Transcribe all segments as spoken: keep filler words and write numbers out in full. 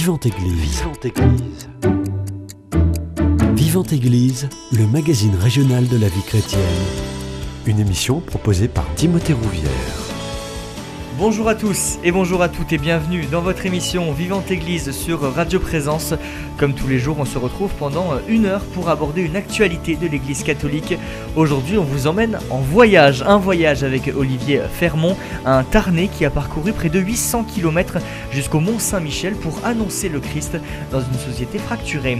Vivante Église. Vivante Église. Vivante Église, le magazine régional de la vie chrétienne. Une émission proposée par Timothée Rouvière. Bonjour à tous et bonjour à toutes et bienvenue dans votre émission Vivante Église sur Radio Présence. Comme tous les jours, on se retrouve pendant une heure pour aborder une actualité de l'Église catholique. Aujourd'hui, on vous emmène en voyage, un voyage avec Olivier Fermont, un Tarnais qui a parcouru près de huit cents kilomètres jusqu'au Mont Saint-Michel pour annoncer le Christ dans une société fracturée.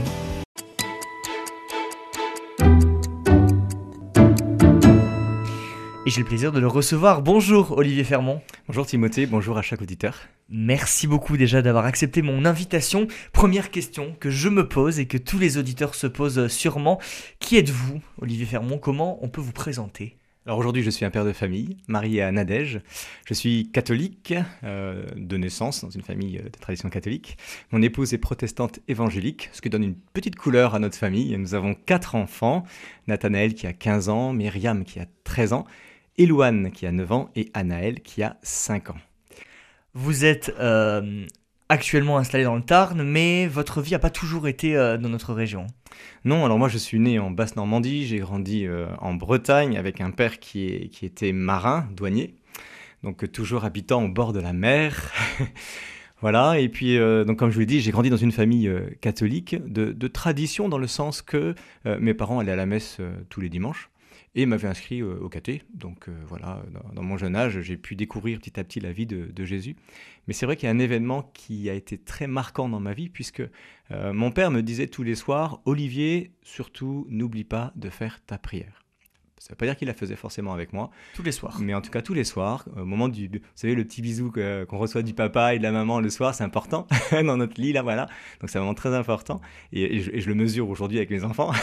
Et j'ai le plaisir de le recevoir. Bonjour Olivier Fermont. Bonjour Timothée, bonjour à chaque auditeur. Merci beaucoup déjà d'avoir accepté mon invitation. Première question que je me pose et que tous les auditeurs se posent sûrement. Qui êtes-vous, Olivier Fermont? Comment on peut vous présenter? Alors aujourd'hui je suis un père de famille, marié à Nadège. Je suis catholique euh, de naissance dans une famille de tradition catholique. Mon épouse est protestante évangélique, ce qui donne une petite couleur à notre famille. Nous avons quatre enfants, Nathanaël qui a quinze ans, Myriam qui a treize ans, Élouane qui a neuf ans et Anaël qui a cinq ans. Vous êtes euh, actuellement installé dans le Tarn, mais votre vie n'a pas toujours été euh, dans notre région. Non, alors moi je suis né en Basse-Normandie, j'ai grandi euh, en Bretagne avec un père qui, est, qui était marin, douanier, donc euh, toujours habitant au bord de la mer. Voilà, et puis euh, donc comme je vous l'ai dit, j'ai grandi dans une famille euh, catholique de, de tradition dans le sens que euh, mes parents allaient à la messe euh, tous les dimanches. Et m'avait inscrit euh, au caté. Donc euh, voilà, dans, dans mon jeune âge, j'ai pu découvrir petit à petit la vie de, de Jésus. Mais c'est vrai qu'il y a un événement qui a été très marquant dans ma vie, puisque euh, mon père me disait tous les soirs, « Olivier, surtout, n'oublie pas de faire ta prière ». Ça ne veut pas dire qu'il la faisait forcément avec moi. Tous les soirs. Mais en tout cas, tous les soirs, au moment du... Vous savez, le petit bisou que, qu'on reçoit du papa et de la maman le soir, c'est important, dans notre lit, là, voilà. Donc c'est vraiment très important. Et, et, je, et je le mesure aujourd'hui avec mes enfants.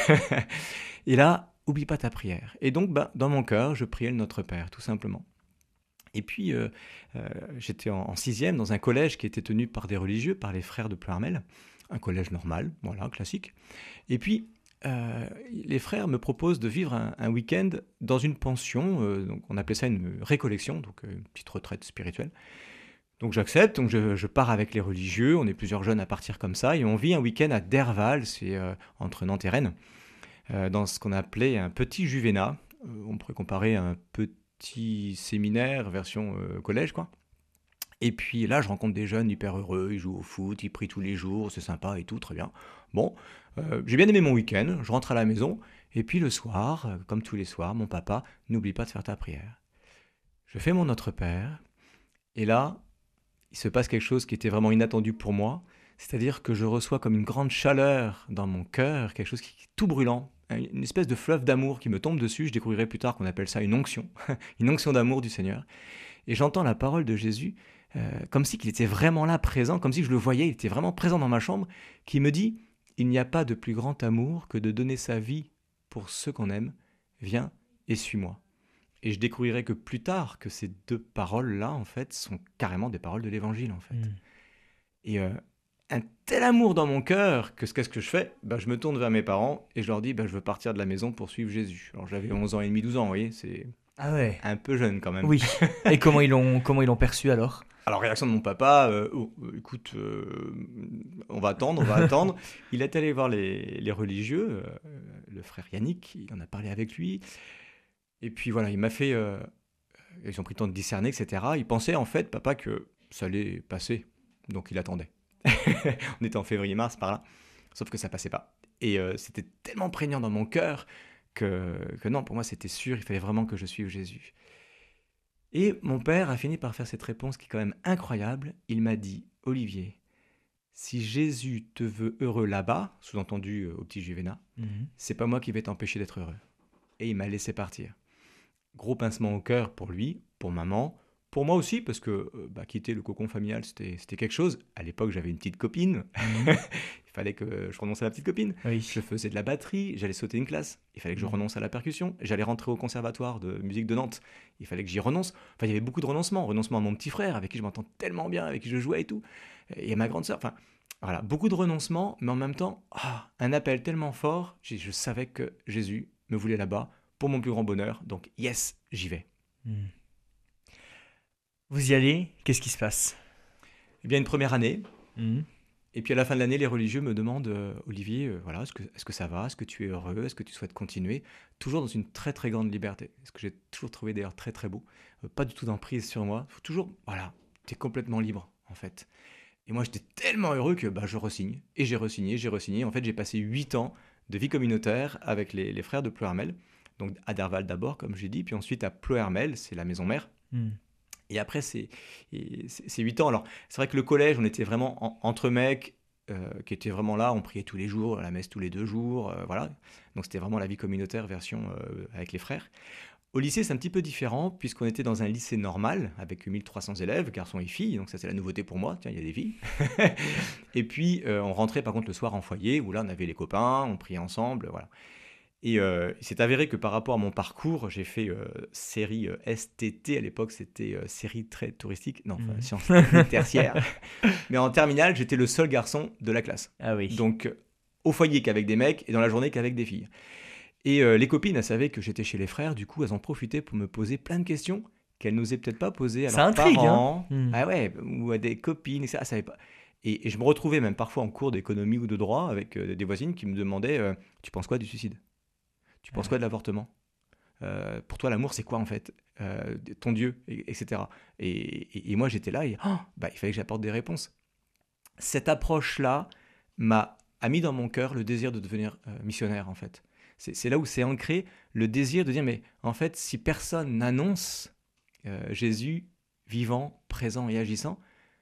Et là, oublie pas ta prière. Et donc, bah, dans mon cœur, je priais le Notre Père, tout simplement. Et puis, euh, euh, j'étais en, en sixième dans un collège qui était tenu par des religieux, par les frères de Ploërmel, un collège normal, voilà, classique. Et puis, euh, les frères me proposent de vivre un, un week-end dans une pension, euh, donc on appelait ça une récollection, donc une petite retraite spirituelle. Donc j'accepte, donc je, je pars avec les religieux, on est plusieurs jeunes à partir comme ça, et on vit un week-end à Derval, c'est euh, entre Nantes et Rennes, dans ce qu'on appelait un petit juvénat. Euh, on pourrait comparer à un petit séminaire version euh, collège, quoi. Et puis là, je rencontre des jeunes hyper heureux, ils jouent au foot, ils prient tous les jours, c'est sympa et tout, très bien. Bon, euh, j'ai bien aimé mon week-end, je rentre à la maison, et puis le soir, euh, comme tous les soirs, mon papa, n'oublie pas de faire ta prière. Je fais mon Notre Père, et là, il se passe quelque chose qui était vraiment inattendu pour moi, c'est-à-dire que je reçois comme une grande chaleur dans mon cœur, quelque chose qui est tout brûlant, une espèce de fleuve d'amour qui me tombe dessus. Je découvrirai plus tard qu'on appelle ça une onction, une onction d'amour du Seigneur. Et j'entends la parole de Jésus euh, comme si qu'il était vraiment là, présent, comme si je le voyais, il était vraiment présent dans ma chambre, qui me dit « Il n'y a pas de plus grand amour que de donner sa vie pour ceux qu'on aime. Viens et suis-moi. » Et je découvrirai que plus tard, que ces deux paroles-là, en fait, sont carrément des paroles de l'Évangile, en fait. Mmh. Et euh, un tel amour dans mon cœur que qu'est-ce que je fais? Ben, je me tourne vers mes parents et je leur dis ben, je veux partir de la maison pour suivre Jésus. Alors j'avais onze ans et demi, douze ans, vous voyez, c'est ah ouais. Un peu jeune quand même. Oui. Et comment ils l'ont, comment ils l'ont perçu alors? Alors réaction de mon papa, euh, oh, écoute, euh, on va attendre, on va attendre. Il est allé voir les, les religieux, euh, le frère Yannick, il en a parlé avec lui. Et puis voilà, il m'a fait, euh, ils ont pris le temps de discerner, et cetera. Il pensait en fait, papa, que ça allait passer, donc il attendait. On était en février-mars par là, sauf que ça passait pas. Et euh, c'était tellement prégnant dans mon cœur que, que non, pour moi c'était sûr, il fallait vraiment que je suive Jésus. Et mon père a fini par faire cette réponse qui est quand même incroyable. Il m'a dit, Olivier, si Jésus te veut heureux là-bas, sous-entendu euh, au petit Juvénat, mm-hmm. c'est pas moi qui vais t'empêcher d'être heureux. Et il m'a laissé partir. Gros pincement au cœur pour lui, pour maman, pour moi aussi, parce que euh, bah, quitter le cocon familial, c'était, c'était quelque chose. À l'époque, j'avais une petite copine. Mmh. Il fallait que je renonce à la petite copine. Oui. Je faisais de la batterie, j'allais sauter une classe. Il fallait que je mmh. renonce à la percussion. J'allais rentrer au conservatoire de musique de Nantes. Il fallait que j'y renonce. Enfin, il y avait beaucoup de renoncements. Renoncement à mon petit frère, avec qui je m'entends tellement bien, avec qui je jouais et tout. Et à ma grande sœur. Enfin, voilà, beaucoup de renoncements, mais en même temps, oh, un appel tellement fort. Je, je savais que Jésus me voulait là-bas pour mon plus grand bonheur. Donc, yes, j'y vais. Mmh. Vous y allez, qu'est-ce qui se passe? Eh bien, une première année, mmh. Et puis à la fin de l'année, les religieux me demandent, euh, Olivier, euh, voilà, est-ce que, est-ce que ça va? Est-ce que tu es heureux? Est-ce que tu souhaites continuer? Toujours dans une très très grande liberté. Ce que j'ai toujours trouvé d'ailleurs très très beau. Euh, pas du tout d'emprise sur moi. Faut toujours, voilà, tu es complètement libre en fait. Et moi j'étais tellement heureux que bah, je resigne. Et j'ai resigné, j'ai resigné. En fait, j'ai passé huit ans de vie communautaire avec les, les frères de Ploërmel. Donc à Derval d'abord, comme j'ai dit, puis ensuite à Ploërmel, c'est la maison mère. Mm. Et après, c'est et c'est- c'est huit ans. Alors, c'est vrai que le collège, on était vraiment en- entre mecs euh, qui étaient vraiment là. On priait tous les jours, à la messe tous les deux jours. Euh, voilà. Donc, c'était vraiment la vie communautaire version euh, avec les frères. Au lycée, c'est un petit peu différent, puisqu'on était dans un lycée normal, avec mille trois cents élèves, garçons et filles. Donc, ça, c'est la nouveauté pour moi. Tiens, il y a des filles. Et puis, euh, on rentrait par contre le soir en foyer, où là, on avait les copains, on priait ensemble. Voilà. Et euh, il s'est avéré que par rapport à mon parcours, j'ai fait euh, série euh, S T T, à l'époque c'était euh, série très touristique, non, enfin Mhm. sciences techniques tertiaires. Mais en terminale, j'étais le seul garçon de la classe. Ah oui. Donc euh, au foyer qu'avec des mecs et dans la journée qu'avec des filles. Et euh, les copines, elles savaient que j'étais chez les frères, du coup elles en profitaient pour me poser plein de questions qu'elles n'osaient peut-être pas poser à Ça leurs intrigue, hein. parents, Mhm. ah ouais, ou à des copines, et ça, elles savaient pas. Et, et je me retrouvais même parfois en cours d'économie ou de droit avec euh, des voisines qui me demandaient euh, tu penses quoi du suicide? Tu penses quoi de l'avortement? Euh, Pour toi, l'amour, c'est quoi en fait? Euh, Ton Dieu, et- etc. Et, et- et moi, j'étais là et oh, bah, il fallait que j'apporte des réponses. Cette approche-là m'a a mis dans mon cœur le désir de devenir euh, missionnaire en fait. C'est c'est là où c'est ancré le désir de dire mais en fait, si personne n'annonce euh, Jésus vivant, présent et agissant,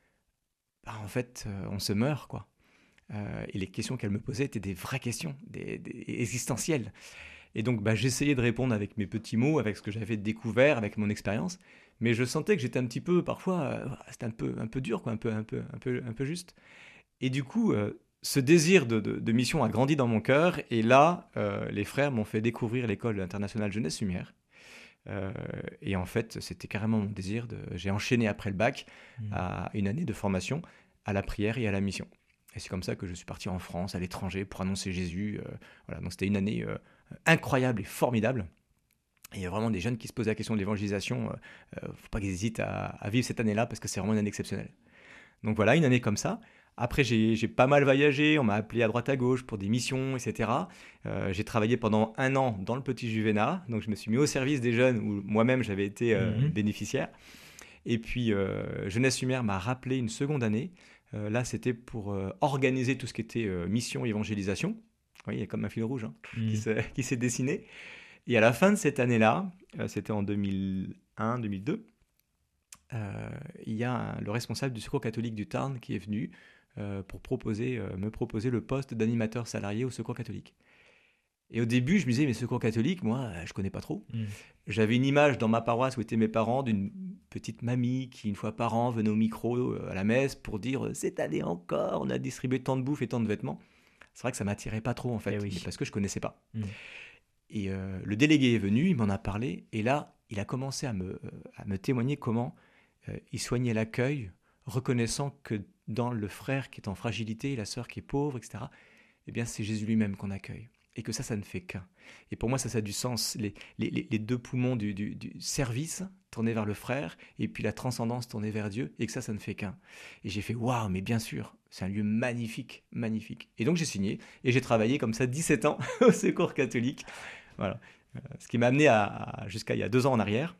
bah, en fait, euh, on se meurt quoi. Euh, et les questions qu'elle me posait étaient des vraies questions, des, des existentielles. Et donc, bah, j'essayais de répondre avec mes petits mots, avec ce que j'avais découvert, avec mon expérience. Mais je sentais que j'étais un petit peu, parfois, euh, c'était un peu, un peu dur, quoi, un peu, un peu, un peu, un peu juste. Et du coup, euh, ce désir de, de- de mission a grandi dans mon cœur. Et là, euh, les frères m'ont fait découvrir l'école internationale Jeunesse Lumière. Euh, et en fait, c'était carrément mon désir. De... J'ai enchaîné après le bac Mhm. à une année de formation à la prière et à la mission. Et c'est comme ça que je suis parti en France, à l'étranger, pour annoncer Jésus. Euh, voilà, donc c'était une année euh, incroyable et formidable. Et il y a vraiment des jeunes qui se posent la question de l'évangélisation. Il ne faut pas qu'ils hésitent à, à vivre cette année-là parce que c'est vraiment une année exceptionnelle. Donc voilà, une année comme ça. Après, j'ai j'ai pas mal voyagé, on m'a appelé à droite à gauche pour des missions, et cetera. Euh, j'ai travaillé pendant un an dans le petit Juvénat, donc je me suis mis au service des jeunes où moi-même j'avais été euh, Mhm. bénéficiaire. Et puis, euh, Jeunesse Lumière m'a rappelé une seconde année. Euh, là, c'était pour euh, organiser tout ce qui était euh, mission évangélisation. Oui, il y a comme un fil rouge hein, qui Mhm. s'est qui s'est dessiné. Et à la fin de cette année-là, euh, c'était en deux mille un deux mille deux, euh, il y a un- le responsable du Secours catholique du Tarn qui est venu euh, pour proposer, euh, me proposer le poste d'animateur salarié au Secours catholique. Et au début, je me disais, mais Secours catholique, moi, euh, je connais pas trop. Mhm. J'avais une image dans ma paroisse où étaient mes parents d'une petite mamie qui, une fois par an, venait au micro euh, à la messe pour dire euh, cette année encore, on a distribué tant de bouffe et tant de vêtements. C'est vrai que ça m'attirait pas trop en fait, Eh oui. mais parce que je connaissais pas. Mhm. Et euh, le délégué est venu, il m'en a parlé, et là, il a commencé à me, euh, à me témoigner comment euh, il soignait l'accueil, reconnaissant que dans le frère qui est en fragilité, la sœur qui est pauvre, et cetera, eh bien, c'est Jésus lui-même qu'on accueille. Et que ça, ça ne fait qu'un. Et pour moi, ça, ça a du sens. Les, les, les- les deux poumons du, du- du service tournés vers le frère, et puis la transcendance tournée vers Dieu, et que ça, ça ne fait qu'un. Et j'ai fait, waouh, mais bien sûr, c'est un lieu magnifique, magnifique. Et donc, j'ai signé, et j'ai travaillé comme ça dix-sept ans au Secours catholique. Voilà. Euh, Ce qui m'a amené à, à- jusqu'à il y a deux ans en arrière,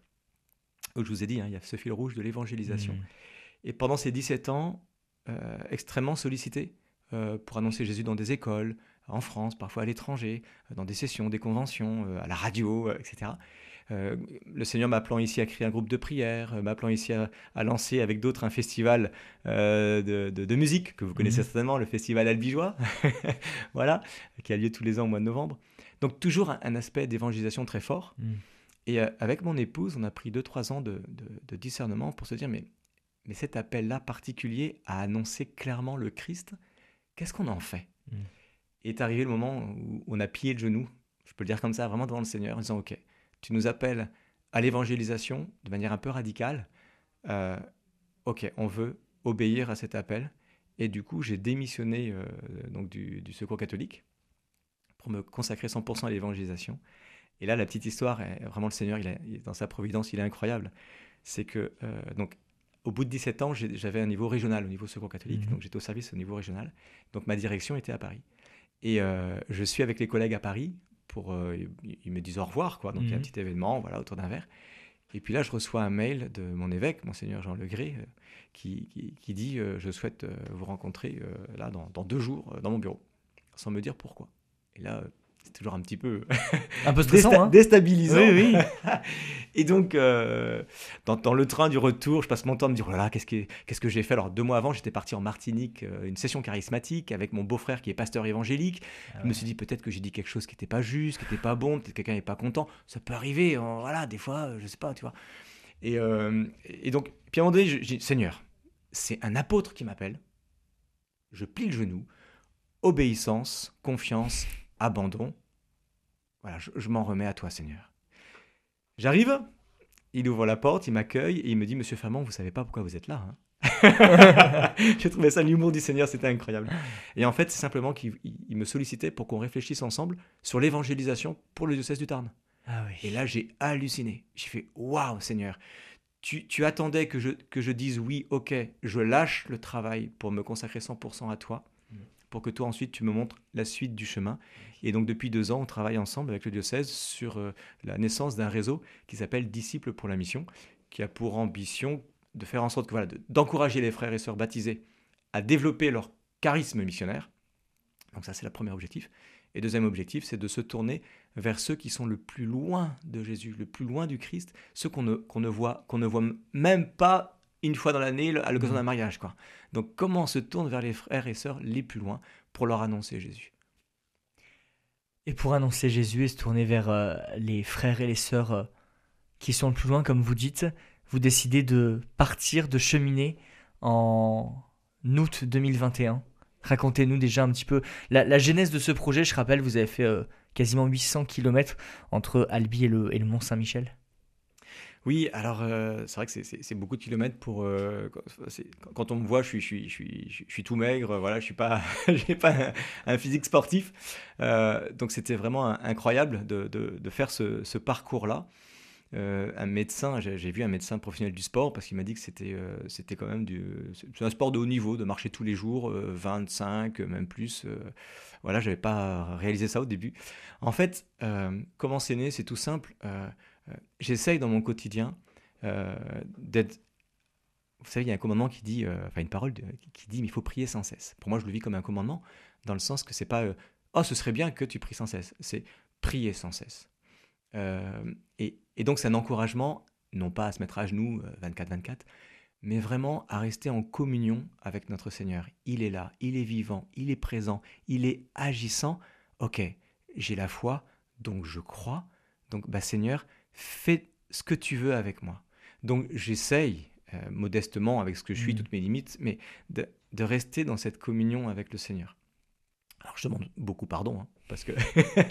où je vous ai dit, hein, il y a ce fil rouge de l'évangélisation. Mhm. Et pendant ces dix-sept ans, euh, extrêmement sollicité euh, pour annoncer Jésus dans des écoles, en France, parfois à l'étranger, euh, dans des sessions, des conventions, euh, à la radio, euh, et cetera. Euh, le Seigneur m'appelant ici à créer un groupe de prière, euh, m'appelant ici à, à lancer avec d'autres un festival euh, de, de- de musique, que vous connaissez Mhm. certainement, le festival Albigeois, voilà, qui a lieu tous les ans au mois de novembre. Donc toujours un, un aspect d'évangélisation très fort. Mhm. Et euh, avec mon épouse, on a pris deux trois ans de, de- de discernement pour se dire, mais, mais cet appel-là particulier à annoncer clairement le Christ, qu'est-ce qu'on en fait? Mhm. Et est arrivé le moment où on a plié le genou, je peux le dire comme ça, vraiment devant le Seigneur, en disant, ok, tu nous appelles à l'évangélisation de manière un peu radicale, euh, ok, on veut obéir à cet appel. Et du coup, j'ai démissionné euh, donc du, du Secours catholique pour me consacrer cent pour cent à l'évangélisation. Et là, la petite histoire, est, vraiment le Seigneur, il est, il est dans sa providence, il est incroyable. C'est que, euh, donc, au bout de dix-sept ans, j'ai, j'avais un niveau régional au niveau secours catholique, Mhm. donc j'étais au service au niveau régional. Donc ma direction était à Paris. Et euh, je suis avec les collègues à Paris pour, euh, ils, ils me disent au revoir, quoi. Donc il y a un Mhm. petit événement, voilà, autour d'un verre. Et puis là, je reçois un mail de mon évêque, Monseigneur Jean Legré, euh, qui, qui, qui dit euh, je souhaite euh, vous rencontrer euh, là dans, dans deux jours euh, dans mon bureau, sans me dire pourquoi. Et là, euh, c'est toujours un petit peu Un peu stressant, désta- hein. déstabilisant. Oui, oui. Et donc, euh, dans, dans le train du retour, je passe mon temps à me dire oh là là, qu'est-ce que, qu'est-ce que j'ai fait. Alors, deux mois avant, j'étais parti en Martinique, euh, une session charismatique avec mon beau-frère qui est pasteur évangélique. Ah Je me ouais. suis dit peut-être que j'ai dit quelque chose qui n'était pas juste, qui n'était pas bon, peut-être que quelqu'un n'est pas content. Ça peut arriver, euh, voilà, des fois, euh, je sais pas, tu vois. Et, euh, et donc, puis à un moment donné, je, je dis Seigneur, c'est un apôtre qui m'appelle. Je plie le genou. Obéissance, confiance, abandon. Voilà, je, je m'en remets à toi, Seigneur. J'arrive, il ouvre la porte, il m'accueille et il me dit Monsieur Fermand, vous savez pas pourquoi vous êtes là, hein. J'ai trouvé ça, l'humour du Seigneur, c'était incroyable. Et en fait, c'est simplement qu'il il- il me sollicitait pour qu'on réfléchisse ensemble sur l'évangélisation pour le diocèse du Tarn. Ah oui. Et là, j'ai halluciné. J'ai fait waouh, Seigneur. Tu, tu attendais que je, que je dise oui, ok, je lâche le travail pour me consacrer cent pour cent à toi, Mm. pour que toi ensuite tu me montres la suite du chemin. Et donc depuis deux ans, on travaille ensemble avec le diocèse sur euh, la naissance d'un réseau qui s'appelle Disciples pour la mission, qui a pour ambition de faire en sorte que, voilà, de- d'encourager les frères et sœurs baptisés à développer leur charisme missionnaire. Donc ça, c'est le premier objectif. Et deuxième objectif, c'est de se tourner vers ceux qui sont le plus loin de Jésus, le plus loin du Christ, ceux qu'on ne, qu'on ne voit, qu'on ne voit m- même pas une fois dans l'année à l'occasion d'un mariage, quoi. Donc comment on se tourne vers les frères et sœurs les plus loin pour leur annoncer Jésus. Et pour annoncer Jésus et se tourner vers euh, les frères et les sœurs euh, qui sont le plus loin, comme vous dites, vous décidez de partir, de cheminer en août deux mille vingt et un. Racontez-nous déjà un petit peu la, la genèse de ce projet. Je rappelle, vous avez fait euh, quasiment huit cents kilomètres entre Albi et le, et le Mont Saint-Michel. Oui, alors euh, c'est vrai que c'est- c'est c'est beaucoup de kilomètres pour. euh, quand, c'est- quand on me voit, je suis, je suis, je suis, je suis- je suis tout maigre, voilà, je suis pas, j'ai pas un, un physique sportif. Euh, donc c'était vraiment un- incroyable de, de- de faire ce, ce parcours-là. Euh, un médecin, j'ai j'ai vu un médecin professionnel du sport parce qu'il m'a dit que c'était euh, c'était quand même du, c'est un sport de haut niveau, de marcher tous les jours, euh, vingt-cinq, même plus. Euh, voilà, j'avais pas réalisé ça au début. En fait, euh, comment c'est né, c'est tout simple. Euh, euh, j'essaye dans mon quotidien euh, d'être. Vous savez, il y a un commandement qui dit, euh, enfin une parole de- qui dit, mais il faut prier sans cesse. Pour moi, je le vis comme un commandement, dans le sens que c'est pas, euh, oh, ce serait bien que tu pries sans cesse. C'est prier sans cesse. Euh, et, et donc, c'est un encouragement, non pas à se mettre à genoux euh, vingt-quatre vingt-quatre, mais vraiment à rester en communion avec notre Seigneur. Il est là, il est vivant, il est présent, il est agissant. Ok, j'ai la foi, donc je crois. Donc, bah, Seigneur, fais ce que tu veux avec moi. Donc, j'essaye, euh, modestement, avec ce que je suis, Mhm. toutes mes limites, mais de, de rester dans cette communion avec le Seigneur. Alors, je demande beaucoup pardon, hein, parce que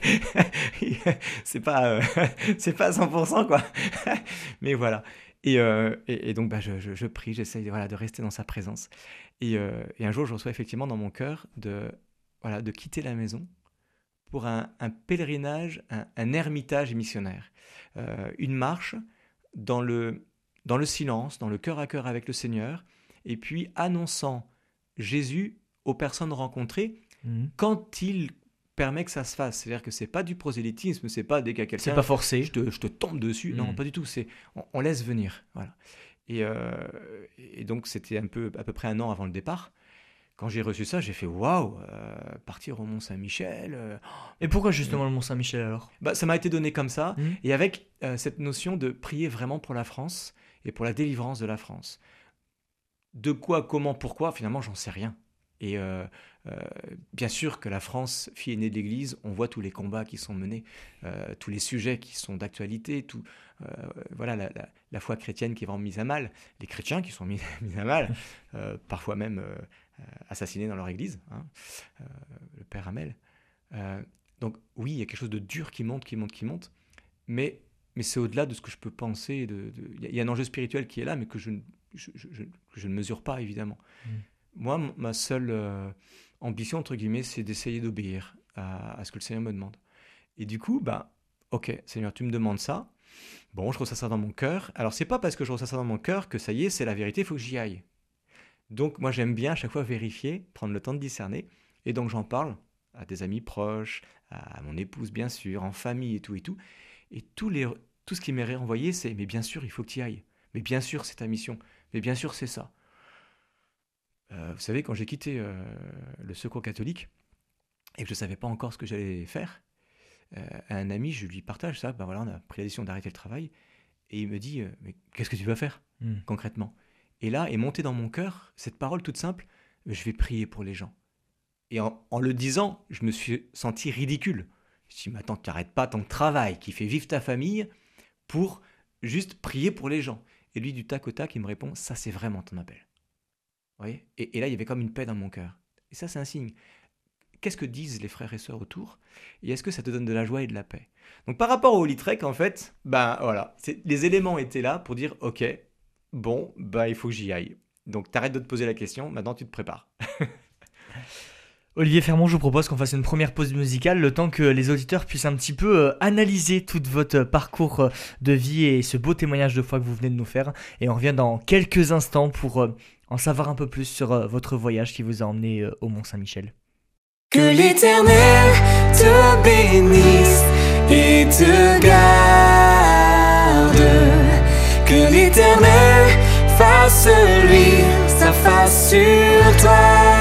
c'est pas, euh, c'est pas cent pour cent, quoi. Mais voilà. Et, euh, et, et donc, bah, je, je, je prie, j'essaye, voilà, de rester dans sa présence. Et, euh, et un jour, je reçois effectivement dans mon cœur de, voilà, de quitter la maison pour un, un pèlerinage, un, un ermitage missionnaire. Euh, une marche dans le, dans le silence, dans le cœur à cœur avec le Seigneur, et puis annonçant Jésus aux personnes rencontrées Mhm. quand il permet que ça se fasse. C'est-à-dire que c'est pas du prosélytisme, c'est pas dès qu'il y a quelqu'un, C'est pas forcé. je te, je te tombe dessus. Non, Mm. pas du tout. C'est on, on laisse venir. Voilà. Et, euh, et donc c'était un peu à peu près un an avant le départ. Quand j'ai reçu ça, j'ai fait waouh, euh, partir au Mont Saint-Michel. euh, Et pourquoi justement le Mont Saint-Michel alors? bah, ça m'a été donné comme ça, Mhm. et avec euh, cette notion de prier vraiment pour la France et pour la délivrance de la France. De quoi, comment, pourquoi, finalement, j'en sais rien. Et euh, euh, bien sûr que la France, fille aînée de l'Église, on voit tous les combats qui sont menés, euh, tous les sujets qui sont d'actualité, tout, euh, voilà, la, la- la foi chrétienne qui est vraiment mise à mal, les chrétiens qui sont mis, mis à mal, euh, parfois même euh, euh, assassinés dans leur Église, hein, euh, le père Hamel. Euh, donc oui, il y a quelque chose de dur qui monte, qui monte, qui monte, mais, mais c'est au-delà de ce que je peux penser. de- de- Il y, a- il y a un enjeu spirituel qui est là, mais que je, ne- je, je- je- que je ne mesure pas, évidemment. Mm. Moi, m- ma seule euh, ambition, entre guillemets, c'est d'essayer d'obéir à, à ce que le Seigneur me demande. Et du coup, bah, ok, Seigneur, tu me demandes ça. Bon, je reçois ça dans mon cœur. Alors, c'est pas parce que je reçois ça dans mon cœur que ça y est, c'est la vérité, il faut que j'y aille. Donc, moi, j'aime bien à chaque fois vérifier, prendre le temps de discerner. Et donc, j'en parle à des amis proches, à mon épouse, bien sûr, en famille et tout et tout. Et tous les, tout ce qui m'est renvoyé, c'est « mais bien sûr, il faut que tu y ailles. Mais bien sûr, c'est ta mission. Mais bien sûr, c'est ça. Euh, » Vous savez, quand j'ai quitté euh, le Secours catholique et que je ne savais pas encore ce que j'allais faire, euh, à un ami, je lui partage ça. Ben voilà, on a pris la décision d'arrêter le travail. Et il me dit euh, « mais qu'est-ce que tu vas faire mmh. concrètement ?» Et là est montée dans mon cœur cette parole toute simple « je vais prier pour les gens ». Et en, en le disant, je me suis senti ridicule. Je me suis dit, mais attends, tu n'arrêtes pas ton travail qui fait vivre ta famille pour juste prier pour les gens. Et lui, du tac au tac, il me répond, ça c'est vraiment ton appel. Vous voyez ? et, et là, il y avait comme une paix dans mon cœur. Et ça, c'est un signe. Qu'est-ce que disent les frères et sœurs autour ? Et est-ce que ça te donne de la joie et de la paix ? Donc par rapport au Holy Trek, en fait, ben voilà, c'est, les éléments étaient là pour dire, ok, bon, ben il faut que j'y aille. Donc t'arrêtes de te poser la question, maintenant tu te prépares. Olivier Fermont, je vous propose qu'on fasse une première pause musicale, le temps que les auditeurs puissent un petit peu euh, analyser tout votre parcours euh, de vie et ce beau témoignage de foi que vous venez de nous faire. Et on revient dans quelques instants pour euh, en savoir un peu plus sur euh, votre voyage qui vous a emmené euh, au Mont-Saint-Michel. Que l'Éternel te bénisse et te garde. Que l'Éternel fasse luire sa face sur toi.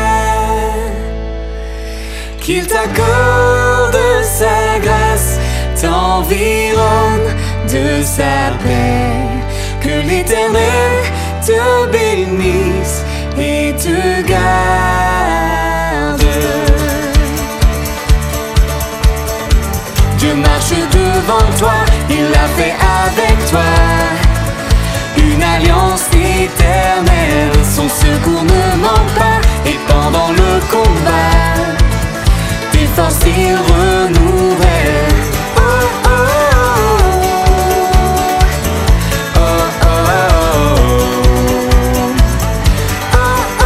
Qu'il t'accorde sa grâce, t'environne de sa paix. Que l'Éternel te bénisse et te garde. Dieu marche devant toi, il l'a fait avec toi. Une alliance éternelle, son secours ne manque pas. Et pendant le combat, tes forces il renouvelle. Oh oh oh oh oh oh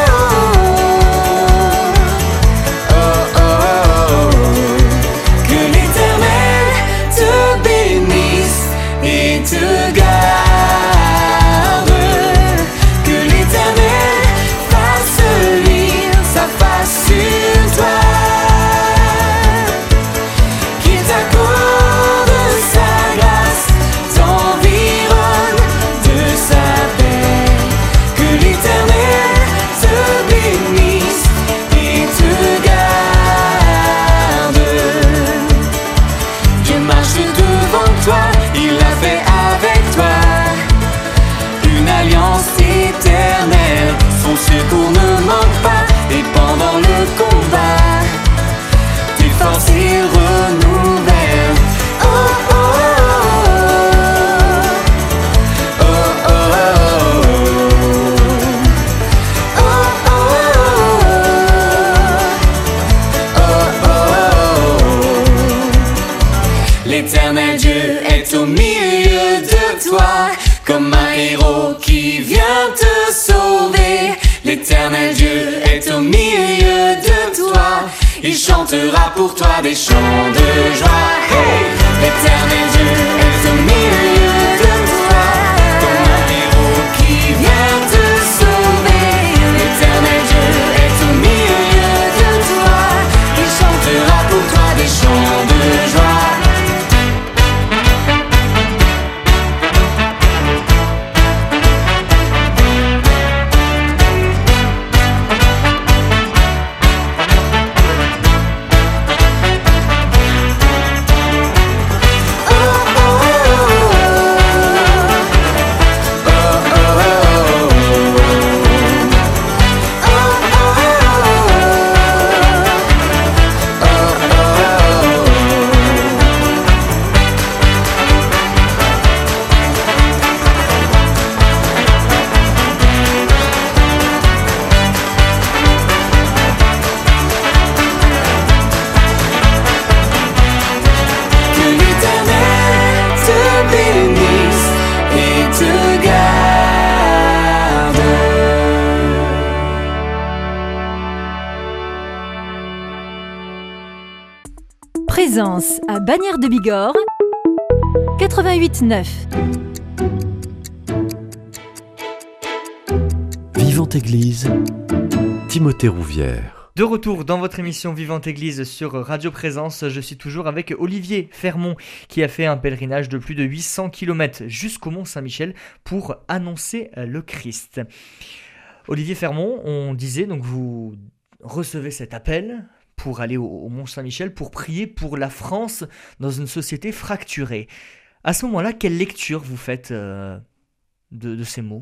oh oh. Que l'Éternel te bénisse et te garde. Que l'Éternel fasse luire sa face sur toi. Son secours ne manque pas. Et pendant le combat, tes forces il renouvelle. Oh oh oh oh oh oh oh oh. L'Éternel Dieu est au milieu de toi, comme un héros qui vient te sauver. L'Éternel Dieu est au milieu de toi, il chantera pour toi des chants de joie. Hey! L'Éternel Dieu est au milieu de toi, comme un héros qui vient te sauver. L'Éternel Dieu est au milieu de toi, il chantera pour toi des chants de joie. Présence à Bagnères de Bigorre quatre-vingt-huit neuf. Vivante Église, Timothée Rouvière. De retour dans votre émission Vivante Église sur Radio Présence, je suis toujours avec Olivier Fermont qui a fait un pèlerinage de plus de huit cents kilomètres jusqu'au Mont Saint-Michel pour annoncer le Christ. Olivier Fermont, on disait, donc vous recevez cet appel pour aller au, au Mont Saint-Michel, pour prier pour la France dans une société fracturée. À ce moment-là, quelle lecture vous faites euh, de, de ces mots ?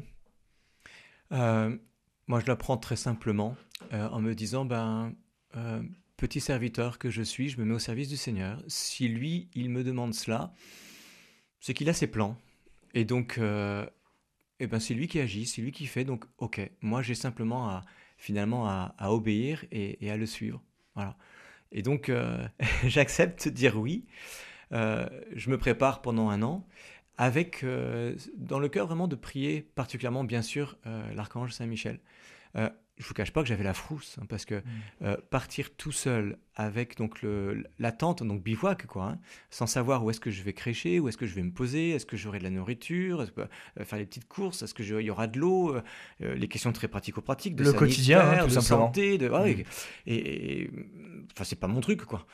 Euh, moi, je la prends très simplement euh, en me disant, ben, euh, petit serviteur que je suis, je me mets au service du Seigneur. Si lui, il me demande cela, c'est qu'il a ses plans. Et donc, euh, eh ben, c'est lui qui agit, c'est lui qui fait. Donc, ok, moi, j'ai simplement à, finalement à, à obéir et, et à le suivre. Voilà. Et donc, euh, j'accepte de dire oui. Euh, je me prépare pendant un an avec, euh, dans le cœur vraiment de prier particulièrement, bien sûr, euh, l'archange Saint-Michel. Euh, je ne vous cache pas que j'avais la frousse, hein, parce que mmh. euh, partir tout seul avec donc, le, la tente, donc bivouac, quoi, hein, sans savoir où est-ce que je vais crécher, où est-ce que je vais me poser, est-ce que j'aurai de la nourriture, est-ce que, euh, faire les petites courses, est-ce qu'il y aura de l'eau, euh, les questions très pratico-pratiques, de le sanitaire, quotidien, hein, tout de simplement. santé, de, ouais, mmh. et, et enfin, c'est pas mon truc, quoi.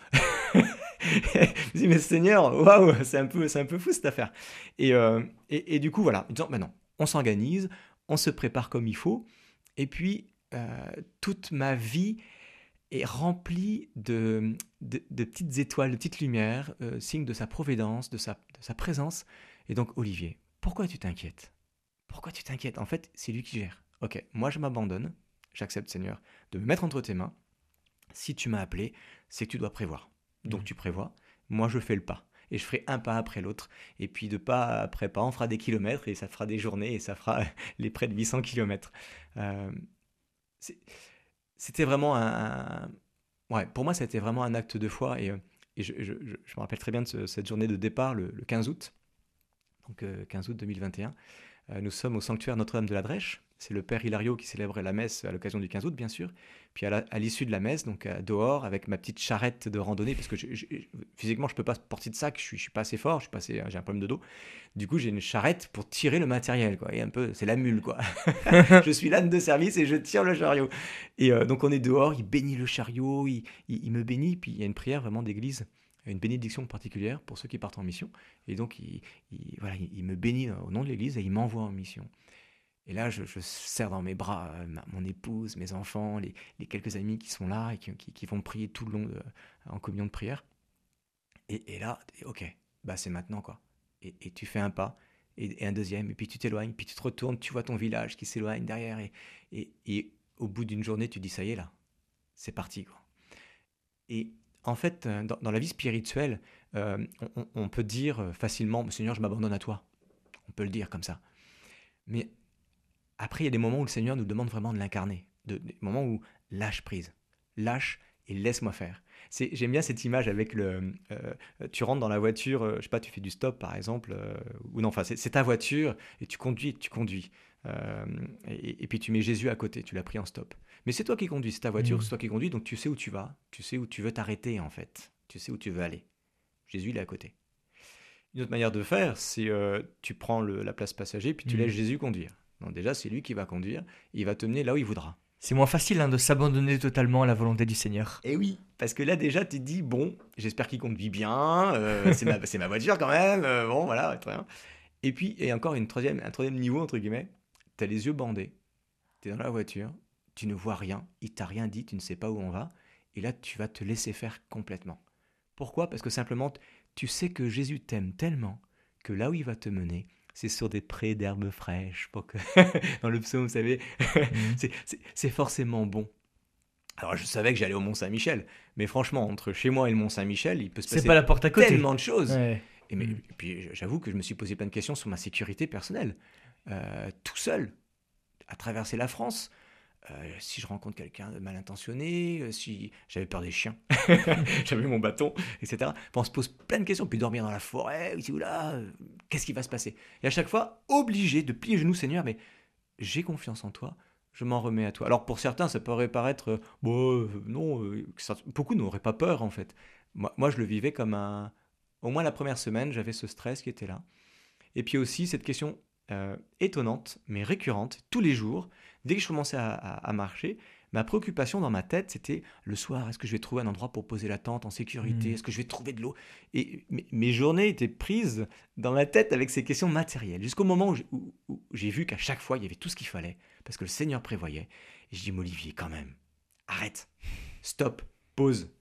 Je me dis, mais Seigneur, waouh, c'est un peu, c'est un peu fou cette affaire. Et, euh, et, et du coup, voilà, en disant, ben non, on s'organise, on se prépare comme il faut, et puis euh, toute ma vie est remplie de, de, de petites étoiles, de petites lumières, euh, signe de sa providence, de sa, de sa présence. Et donc, Olivier, pourquoi tu t'inquiètes ? Pourquoi tu t'inquiètes ? En fait, c'est lui qui gère. Ok, moi je m'abandonne, j'accepte, Seigneur, de me mettre entre tes mains. Si tu m'as appelé, c'est que tu dois prévoir. Donc mmh. tu prévois, moi je fais le pas. Et je ferai un pas après l'autre. Et puis de pas après pas, on fera des kilomètres et ça fera des journées et ça fera les près de huit cents kilomètres. Euh, c'est, c'était vraiment un, un... Ouais, pour moi, c'était vraiment un acte de foi. Et, et je, je, je, je me rappelle très bien de ce, cette journée de départ, le, le quinze août. Donc euh, quinze août deux mille vingt et un. Euh, nous sommes au sanctuaire Notre-Dame de la Drèche. C'est le père Hilario qui célébrait la messe à l'occasion du quinze août, bien sûr. Puis à, la, à l'issue de la messe, donc euh, dehors, avec ma petite charrette de randonnée, parce que je, je, physiquement, je ne peux pas porter de sac, je ne suis, je suis pas assez fort, je suis pas assez, j'ai un problème de dos. Du coup, j'ai une charrette pour tirer le matériel, quoi. Et un peu, c'est la mule, quoi. Je suis l'âne de service et je tire le chariot. Et euh, donc, on est dehors, il bénit le chariot, il, il, il me bénit, puis il y a une prière vraiment d'église, une bénédiction particulière pour ceux qui partent en mission. Et donc, il, il, voilà, il, il me bénit au nom de l'église et il m'envoie en mission. Et là, je, je serre dans mes bras euh, ma, mon épouse, mes enfants, les, les quelques amis qui sont là et qui, qui, qui vont prier tout le long de, en communion de prière. Et, et là, ok, bah c'est maintenant, quoi. Et, et tu fais un pas, et, et un deuxième, et puis tu t'éloignes, puis tu te retournes, tu vois ton village qui s'éloigne derrière. Et, et, et au bout d'une journée, tu dis, ça y est, là, c'est parti, quoi. Et en fait, dans, dans la vie spirituelle, euh, on, on peut dire facilement, Seigneur, je m'abandonne à toi. On peut le dire comme ça. Mais après, il y a des moments où le Seigneur nous demande vraiment de l'incarner, de, des moments où lâche prise, lâche et laisse-moi faire. C'est, j'aime bien cette image avec le, euh, tu rentres dans la voiture, euh, je sais pas, tu fais du stop par exemple, euh, ou non, enfin c'est, c'est ta voiture et tu conduis, tu conduis, euh, et, et puis tu mets Jésus à côté, tu l'as pris en stop. Mais c'est toi qui conduis, c'est ta voiture, mmh. c'est toi qui conduis, donc tu sais où tu vas, tu sais où tu veux t'arrêter en fait, tu sais où tu veux aller. Jésus il est à côté. Une autre manière de faire, c'est euh, tu prends le, la place passager puis tu mmh. laisses Jésus conduire. Donc déjà, c'est lui qui va conduire, il va te mener là où il voudra. C'est moins facile hein, de s'abandonner totalement à la volonté du Seigneur. Et oui, parce que là déjà, tu te dis, bon, j'espère qu'il conduit bien, euh, c'est, ma, c'est ma voiture quand même, euh, bon, voilà, très bien. Et puis, et encore une troisième, un troisième niveau, entre guillemets, tu as les yeux bandés, tu es dans la voiture, tu ne vois rien, il t'a rien dit, tu ne sais pas où on va, et là, tu vas te laisser faire complètement. Pourquoi ? Parce que simplement, tu sais que Jésus t'aime tellement que là où il va te mener, c'est sur des prés d'herbes fraîches, pour que dans le psaume, vous savez, mmh. c'est, c'est, c'est forcément bon. Alors, je savais que j'allais au Mont-Saint-Michel, mais franchement, entre chez moi et le Mont-Saint-Michel, il peut se passer c'est pas la porte à côté. Tellement de choses. Ouais. Et, mais, mmh. et puis, j'avoue que je me suis posé plein de questions sur ma sécurité personnelle. Euh, tout seul, à traverser la France, euh, si je rencontre quelqu'un de mal intentionné, euh, si j'avais peur des chiens, j'avais mon bâton, et cetera. Enfin, on se pose plein de questions, puis dormir dans la forêt, ici ou là, euh, qu'est-ce qui va se passer ? Et à chaque fois, obligé de plier les genoux, Seigneur, mais j'ai confiance en toi, je m'en remets à toi. Alors pour certains, ça pourrait paraître, euh, bon, euh, non, euh, ça, beaucoup n'auraient pas peur en fait. Moi, moi, je le vivais comme un, au moins la première semaine, j'avais ce stress qui était là. Et puis aussi cette question euh, étonnante, mais récurrente, tous les jours, dès que je commençais à, à, à marcher, ma préoccupation dans ma tête, c'était le soir, est-ce que je vais trouver un endroit pour poser la tente en sécurité ? Mmh. Est-ce que je vais trouver de l'eau ? Et mes, mes journées étaient prises dans ma tête avec ces questions matérielles, jusqu'au moment où j'ai, où, où j'ai vu qu'à chaque fois, il y avait tout ce qu'il fallait, parce que le Seigneur prévoyait. Et je dis, mais Olivier, quand même, arrête, stop, pause.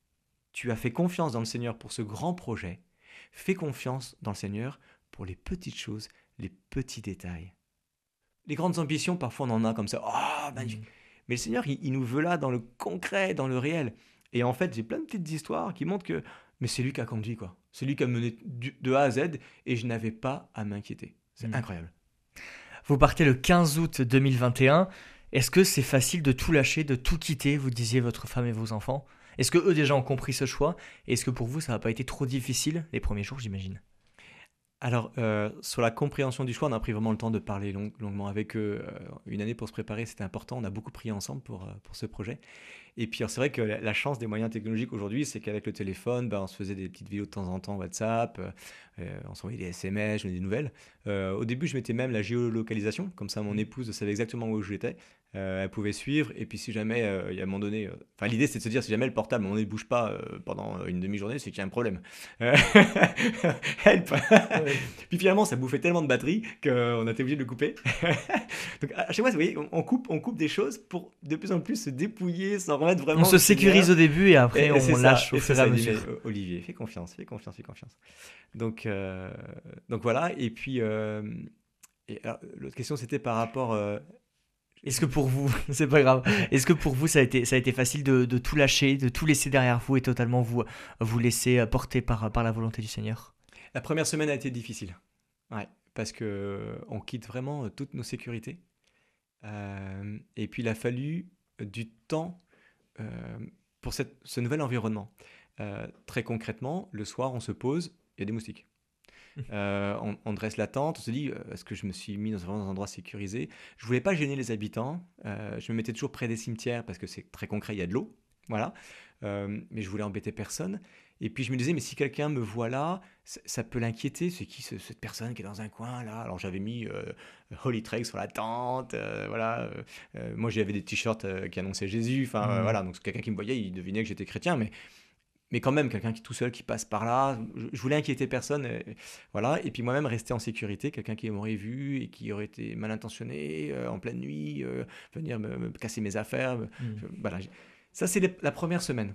Tu as fait confiance dans le Seigneur pour ce grand projet. Fais confiance dans le Seigneur pour les petites choses, les petits détails. Les grandes ambitions, parfois on en a comme ça, oh, magnifique. Mmh. Mais le Seigneur, il, il nous veut là dans le concret, dans le réel. Et en fait, j'ai plein de petites histoires qui montrent que mais c'est lui qui a conduit, quoi. C'est lui qui a mené du, de A à Z et je n'avais pas à m'inquiéter. C'est mmh. incroyable. Vous partez le quinze août deux mille vingt et un. Est-ce que c'est facile de tout lâcher, de tout quitter, vous disiez, votre femme et vos enfants ? Est-ce que eux déjà ont compris ce choix ? Et est-ce que pour vous, ça n'a pas été trop difficile les premiers jours, j'imagine ? Alors, euh, sur la compréhension du choix, on a pris vraiment le temps de parler long, longuement avec eux. Euh, une année pour se préparer, c'était important. On a beaucoup prié ensemble pour, euh, pour ce projet. Et puis, alors, c'est vrai que la, la chance des moyens technologiques aujourd'hui, c'est qu'avec le téléphone, bah, on se faisait des petites vidéos de temps en temps, WhatsApp, euh, on s'envoyait des S M S, je donnais des nouvelles. Euh, au début, je mettais même la géolocalisation. Comme ça, mon épouse savait exactement où j'étais. Euh, elle pouvait suivre. Et puis, si jamais, euh, il y a un moment donné... Enfin, euh, l'idée, c'est de se dire, si jamais le portable, à un moment donné, ne bouge pas euh, pendant une demi-journée, c'est qu'il y a un problème. Euh, Help. Puis finalement, ça bouffait tellement de batterie qu'on a été obligé de le couper. Donc à chaque fois, vous voyez, on coupe, on coupe des choses pour de plus en plus se dépouiller, s'en remettre vraiment. On se sécurise au début et après et, on, et on lâche au et fur et à mesure. Mais, Olivier, fais confiance, fais confiance, fais confiance. Donc, euh, donc voilà. Et puis, euh, et alors, l'autre question, c'était par rapport. Euh, Est-ce que pour vous, c'est pas grave, est-ce que pour vous ça a été, ça a été facile de, de tout lâcher, de tout laisser derrière vous et totalement vous, vous laisser porter par, par la volonté du Seigneur ? La première semaine a été difficile, ouais, parce qu'on quitte vraiment toutes nos sécurités. Euh, et puis il a fallu du temps euh, pour cette, ce nouvel environnement. Euh, très concrètement, le soir, on se pose, il y a des moustiques. Euh, on, on dresse la tente, on se dit, euh, est-ce que je me suis mis dans un, dans un endroit sécurisé ? Je ne voulais pas gêner les habitants, euh, je me mettais toujours près des cimetières parce que c'est très concret, il y a de l'eau, voilà. Euh, mais je voulais embêter personne. Et puis je me disais, mais si quelqu'un me voit là, ça, ça peut l'inquiéter. C'est qui ce, cette personne qui est dans un coin là ? Alors j'avais mis euh, Holy Trek sur la tente, euh, voilà. Euh, moi j'avais des t-shirts euh, qui annonçaient Jésus, enfin mmh. euh, voilà. Donc quelqu'un qui me voyait, il devinait que j'étais chrétien, mais mais quand même quelqu'un qui tout seul qui passe par là. Je, je voulais inquiéter personne, euh, voilà. Et puis moi-même rester en sécurité, quelqu'un qui m'aurait vu et qui aurait été mal intentionné euh, en pleine nuit, euh, venir me, me casser mes affaires, mmh. je, voilà. Ça c'est les, la première semaine.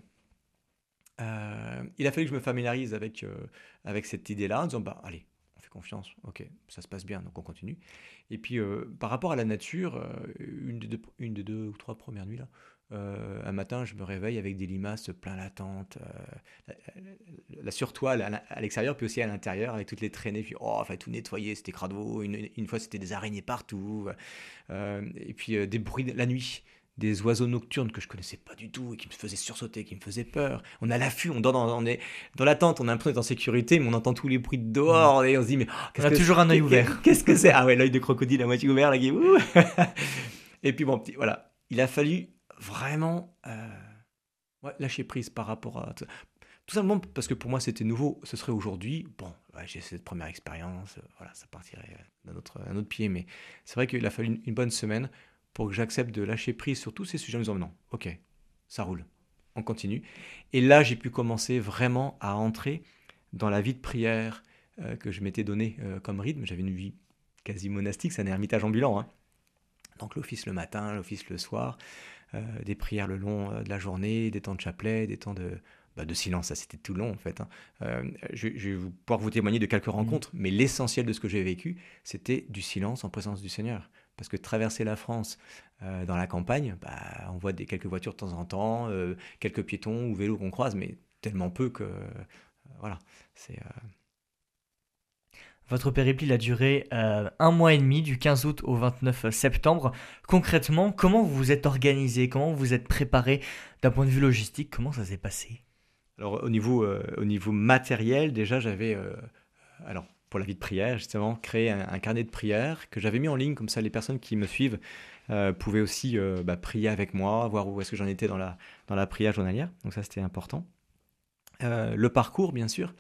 Euh, il a fallu que je me familiarise avec, euh, avec cette idée-là, en disant, bah, allez, on fait confiance, ok, ça se passe bien, donc on continue. Et puis, euh, par rapport à la nature, euh, une, des deux, une des deux ou trois premières nuits, là, euh, un matin, je me réveille avec des limaces plein la tente, euh, la, la, la surtoile à, à l'extérieur, puis aussi à l'intérieur, avec toutes les traînées, puis, oh, il fallait tout nettoyer, c'était crado, une, une fois, c'était des araignées partout, euh, et puis euh, des bruits la nuit. Des oiseaux nocturnes que je connaissais pas du tout et qui me faisaient sursauter, qui me faisaient peur. On a l'affût, on, dort dans, on est dans la tente, on a l'impression d'être en sécurité, mais on entend tous les bruits de dehors et on se dit, mais oh, qu'est-ce on a que toujours c'est, un œil ouvert. Qu'est-ce que c'est ? Ah ouais, l'œil de crocodile à moitié ouvert, là, qui ouh. Et puis bon, petit, voilà, il a fallu vraiment euh, ouais, lâcher prise par rapport à tout, tout simplement parce que pour moi c'était nouveau. Ce serait aujourd'hui, bon, ouais, j'ai cette première expérience, euh, voilà, ça partirait d'un autre, un autre pied, mais c'est vrai qu'il a fallu une, une bonne semaine pour que j'accepte de lâcher prise sur tous ces sujets en me disant non, ok, ça roule, on continue. Et là, j'ai pu commencer vraiment à entrer dans la vie de prière euh, que je m'étais donnée euh, comme rythme. J'avais une vie quasi monastique, c'est un ermitage ambulant. Hein. Donc l'office le matin, l'office le soir, euh, des prières le long euh, de la journée, des temps de chapelet, des temps de, bah, de silence, ça c'était tout long en fait. Hein. Euh, je, je vais vous, pouvoir vous témoigner de quelques rencontres, mmh. mais l'essentiel de ce que j'ai vécu, c'était du silence en présence du Seigneur. Parce que traverser la France euh, dans la campagne, bah, on voit des, quelques voitures de temps en temps, euh, quelques piétons ou vélos qu'on croise, mais tellement peu que... Euh, voilà, c'est... Euh... Votre périple, il a duré euh, un mois et demi, du quinze août au vingt-neuf septembre. Concrètement, comment vous vous êtes organisé ? Comment vous vous êtes préparé d'un point de vue logistique ? Comment ça s'est passé ? Alors, au niveau, euh, au niveau matériel, déjà, j'avais... Euh, alors, pour la vie de prière, justement, créer un, un carnet de prière que j'avais mis en ligne, comme ça les personnes qui me suivent euh, pouvaient aussi euh, bah, prier avec moi, voir où est-ce que j'en étais dans la, dans la prière journalière, donc ça c'était important. Euh, le parcours, bien sûr,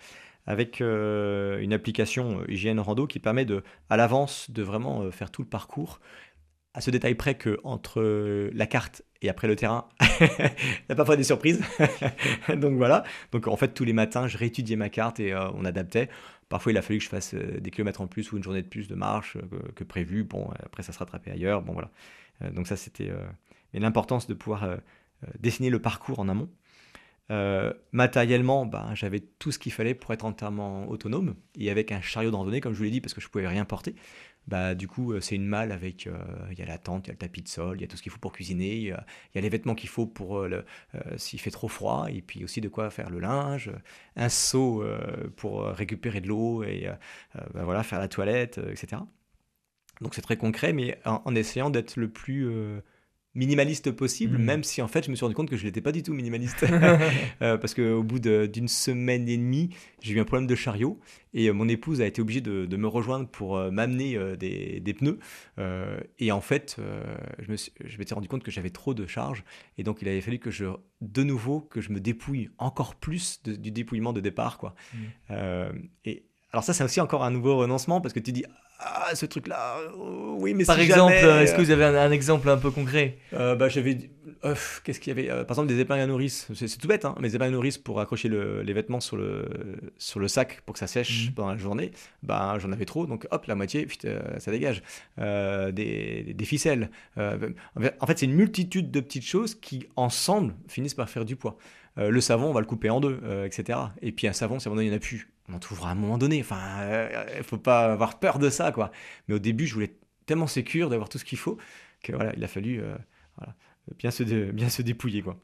avec euh, une application euh, Hygiène Rando qui permet de, à l'avance de vraiment euh, faire tout le parcours, à ce détail près que entre euh, la carte et après le terrain, il y a parfois des surprises. Donc voilà. Donc en fait, tous les matins, je réétudiais ma carte et euh, on adaptait. Parfois, il a fallu que je fasse euh, des kilomètres en plus ou une journée de plus de marche euh, que, que prévu. Bon, après, ça se rattrapait ailleurs. Bon, voilà. Euh, donc ça, c'était euh, et l'importance de pouvoir euh, euh, dessiner le parcours en amont. Euh, matériellement, ben, j'avais tout ce qu'il fallait pour être entièrement autonome et avec un chariot de randonnée, comme je vous l'ai dit, parce que je pouvais rien porter. Bah, du coup, euh, c'est une malle avec, euh, il y a la tente, il y a le tapis de sol, il y a tout ce qu'il faut pour cuisiner, il y a, il y a les vêtements qu'il faut pour euh, le, euh, s'il fait trop froid, et puis aussi de quoi faire le linge, un seau euh, pour récupérer de l'eau et euh, euh, bah, voilà, faire la toilette, euh, et cetera. Donc c'est très concret, mais en, en essayant d'être le plus euh, minimaliste possible, Mmh. même si en fait je me suis rendu compte que je n'étais pas du tout minimaliste. Euh, parce qu'au bout de- d'une semaine et demie, j'ai eu un problème de chariot et euh, mon épouse a été obligée de, de me rejoindre pour euh, m'amener euh, des, des pneus. Euh, et en fait, euh, je me suis- je m'étais rendu compte que j'avais trop de charge et donc il avait fallu que je, de nouveau, que je me dépouille encore plus de- du dépouillement de départ, quoi. Mmh. Euh, et alors ça, c'est aussi encore un nouveau renoncement parce que tu dis, ah, ce truc-là, euh, oui, mais Par si exemple, jamais, euh, est-ce que euh, vous avez un, un exemple un peu concret? euh, bah, j'avais dit- euh, qu'est-ce qu'il y avait? Euh, par exemple, des épingles à nourrice. C'est, c'est tout bête, hein, mais des épingles à nourrice pour accrocher le- les vêtements sur le, sur le sac pour que ça sèche Mhm. pendant la journée. Bah, j'en avais trop, donc hop, la moitié, putain, ça dégage. Euh, des, des ficelles. Euh, en fait, c'est une multitude de petites choses qui, ensemble, finissent par faire du poids. Euh, le savon, on va le couper en deux, euh, et cetera. Et puis un savon, si à un moment donné, il n'y en a plus, on en trouvera à un moment donné. Enfin, il ne faut pas avoir peur de ça, quoi. Mais au début, je voulais tellement sécure d'avoir tout ce qu'il faut que voilà, il a fallu euh, voilà, bien, se dé- bien se dépouiller, quoi.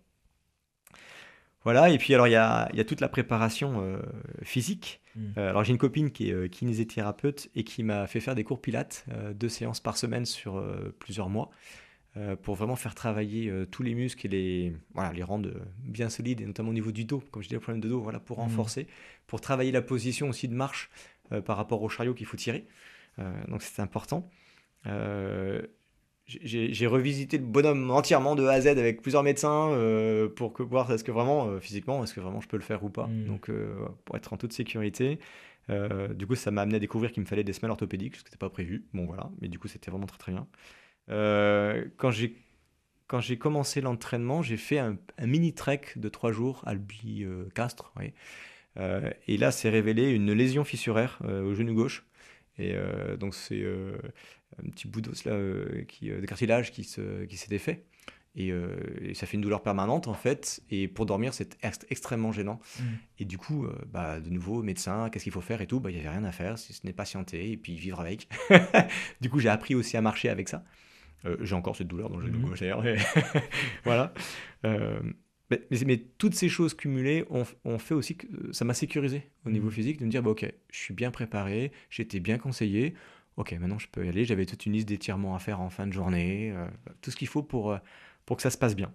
Voilà, et puis alors il y a, il y a toute la préparation euh, physique. Mmh. Euh, alors j'ai une copine qui est euh, kinésithérapeute et qui m'a fait faire des cours pilates, euh, deux séances par semaine sur euh, plusieurs mois, euh, pour vraiment faire travailler euh, tous les muscles et les, voilà, les rendre euh, bien solides, et notamment au niveau du dos, comme je dis, le problème de dos, voilà, pour Mmh. renforcer, pour travailler la position aussi de marche euh, par rapport au chariot qu'il faut tirer. Euh, donc c'est important. Euh, j'ai j'ai revisité le bonhomme entièrement de A à Z avec plusieurs médecins euh, pour que voir est-ce que vraiment euh, physiquement est-ce que vraiment je peux le faire ou pas. Mmh. Donc euh, pour être en toute sécurité. Euh, du coup ça m'a amené à découvrir qu'il me fallait des semelles orthopédiques, ce qui n'était pas prévu. Bon voilà, mais du coup c'était vraiment très très bien. Euh, quand j'ai quand j'ai commencé l'entraînement, j'ai fait un, un mini trek de trois jours à Albi euh, Castres, oui. Euh, et là, c'est révélé une lésion fissuraire euh, au genou gauche. Et euh, donc, c'est euh, un petit bout d'os là, euh, qui, euh, de cartilage qui, se, qui s'est défait. Et, euh, et ça fait une douleur permanente, en fait. Et pour dormir, c'est ext- extrêmement gênant. Mmh. Et du coup, euh, bah, de nouveau, médecin, qu'est-ce qu'il faut faire et tout. Bah, il n'y avait rien à faire, si ce n'est patienter et puis vivre avec. Du coup, j'ai appris aussi à marcher avec ça. Euh, j'ai encore cette douleur dans le genou Mhm. gauche, d'ailleurs. mais voilà. Euh, mais, mais- mais toutes ces choses cumulées ont, ont fait aussi que ça m'a sécurisé au niveau Mhm. physique, de me dire, bah, ok, je suis bien préparé, j'étais bien conseillé, ok, maintenant je peux y aller, j'avais toute une liste d'étirements à faire en fin de journée, euh, tout ce qu'il faut pour, euh, pour que ça se passe bien.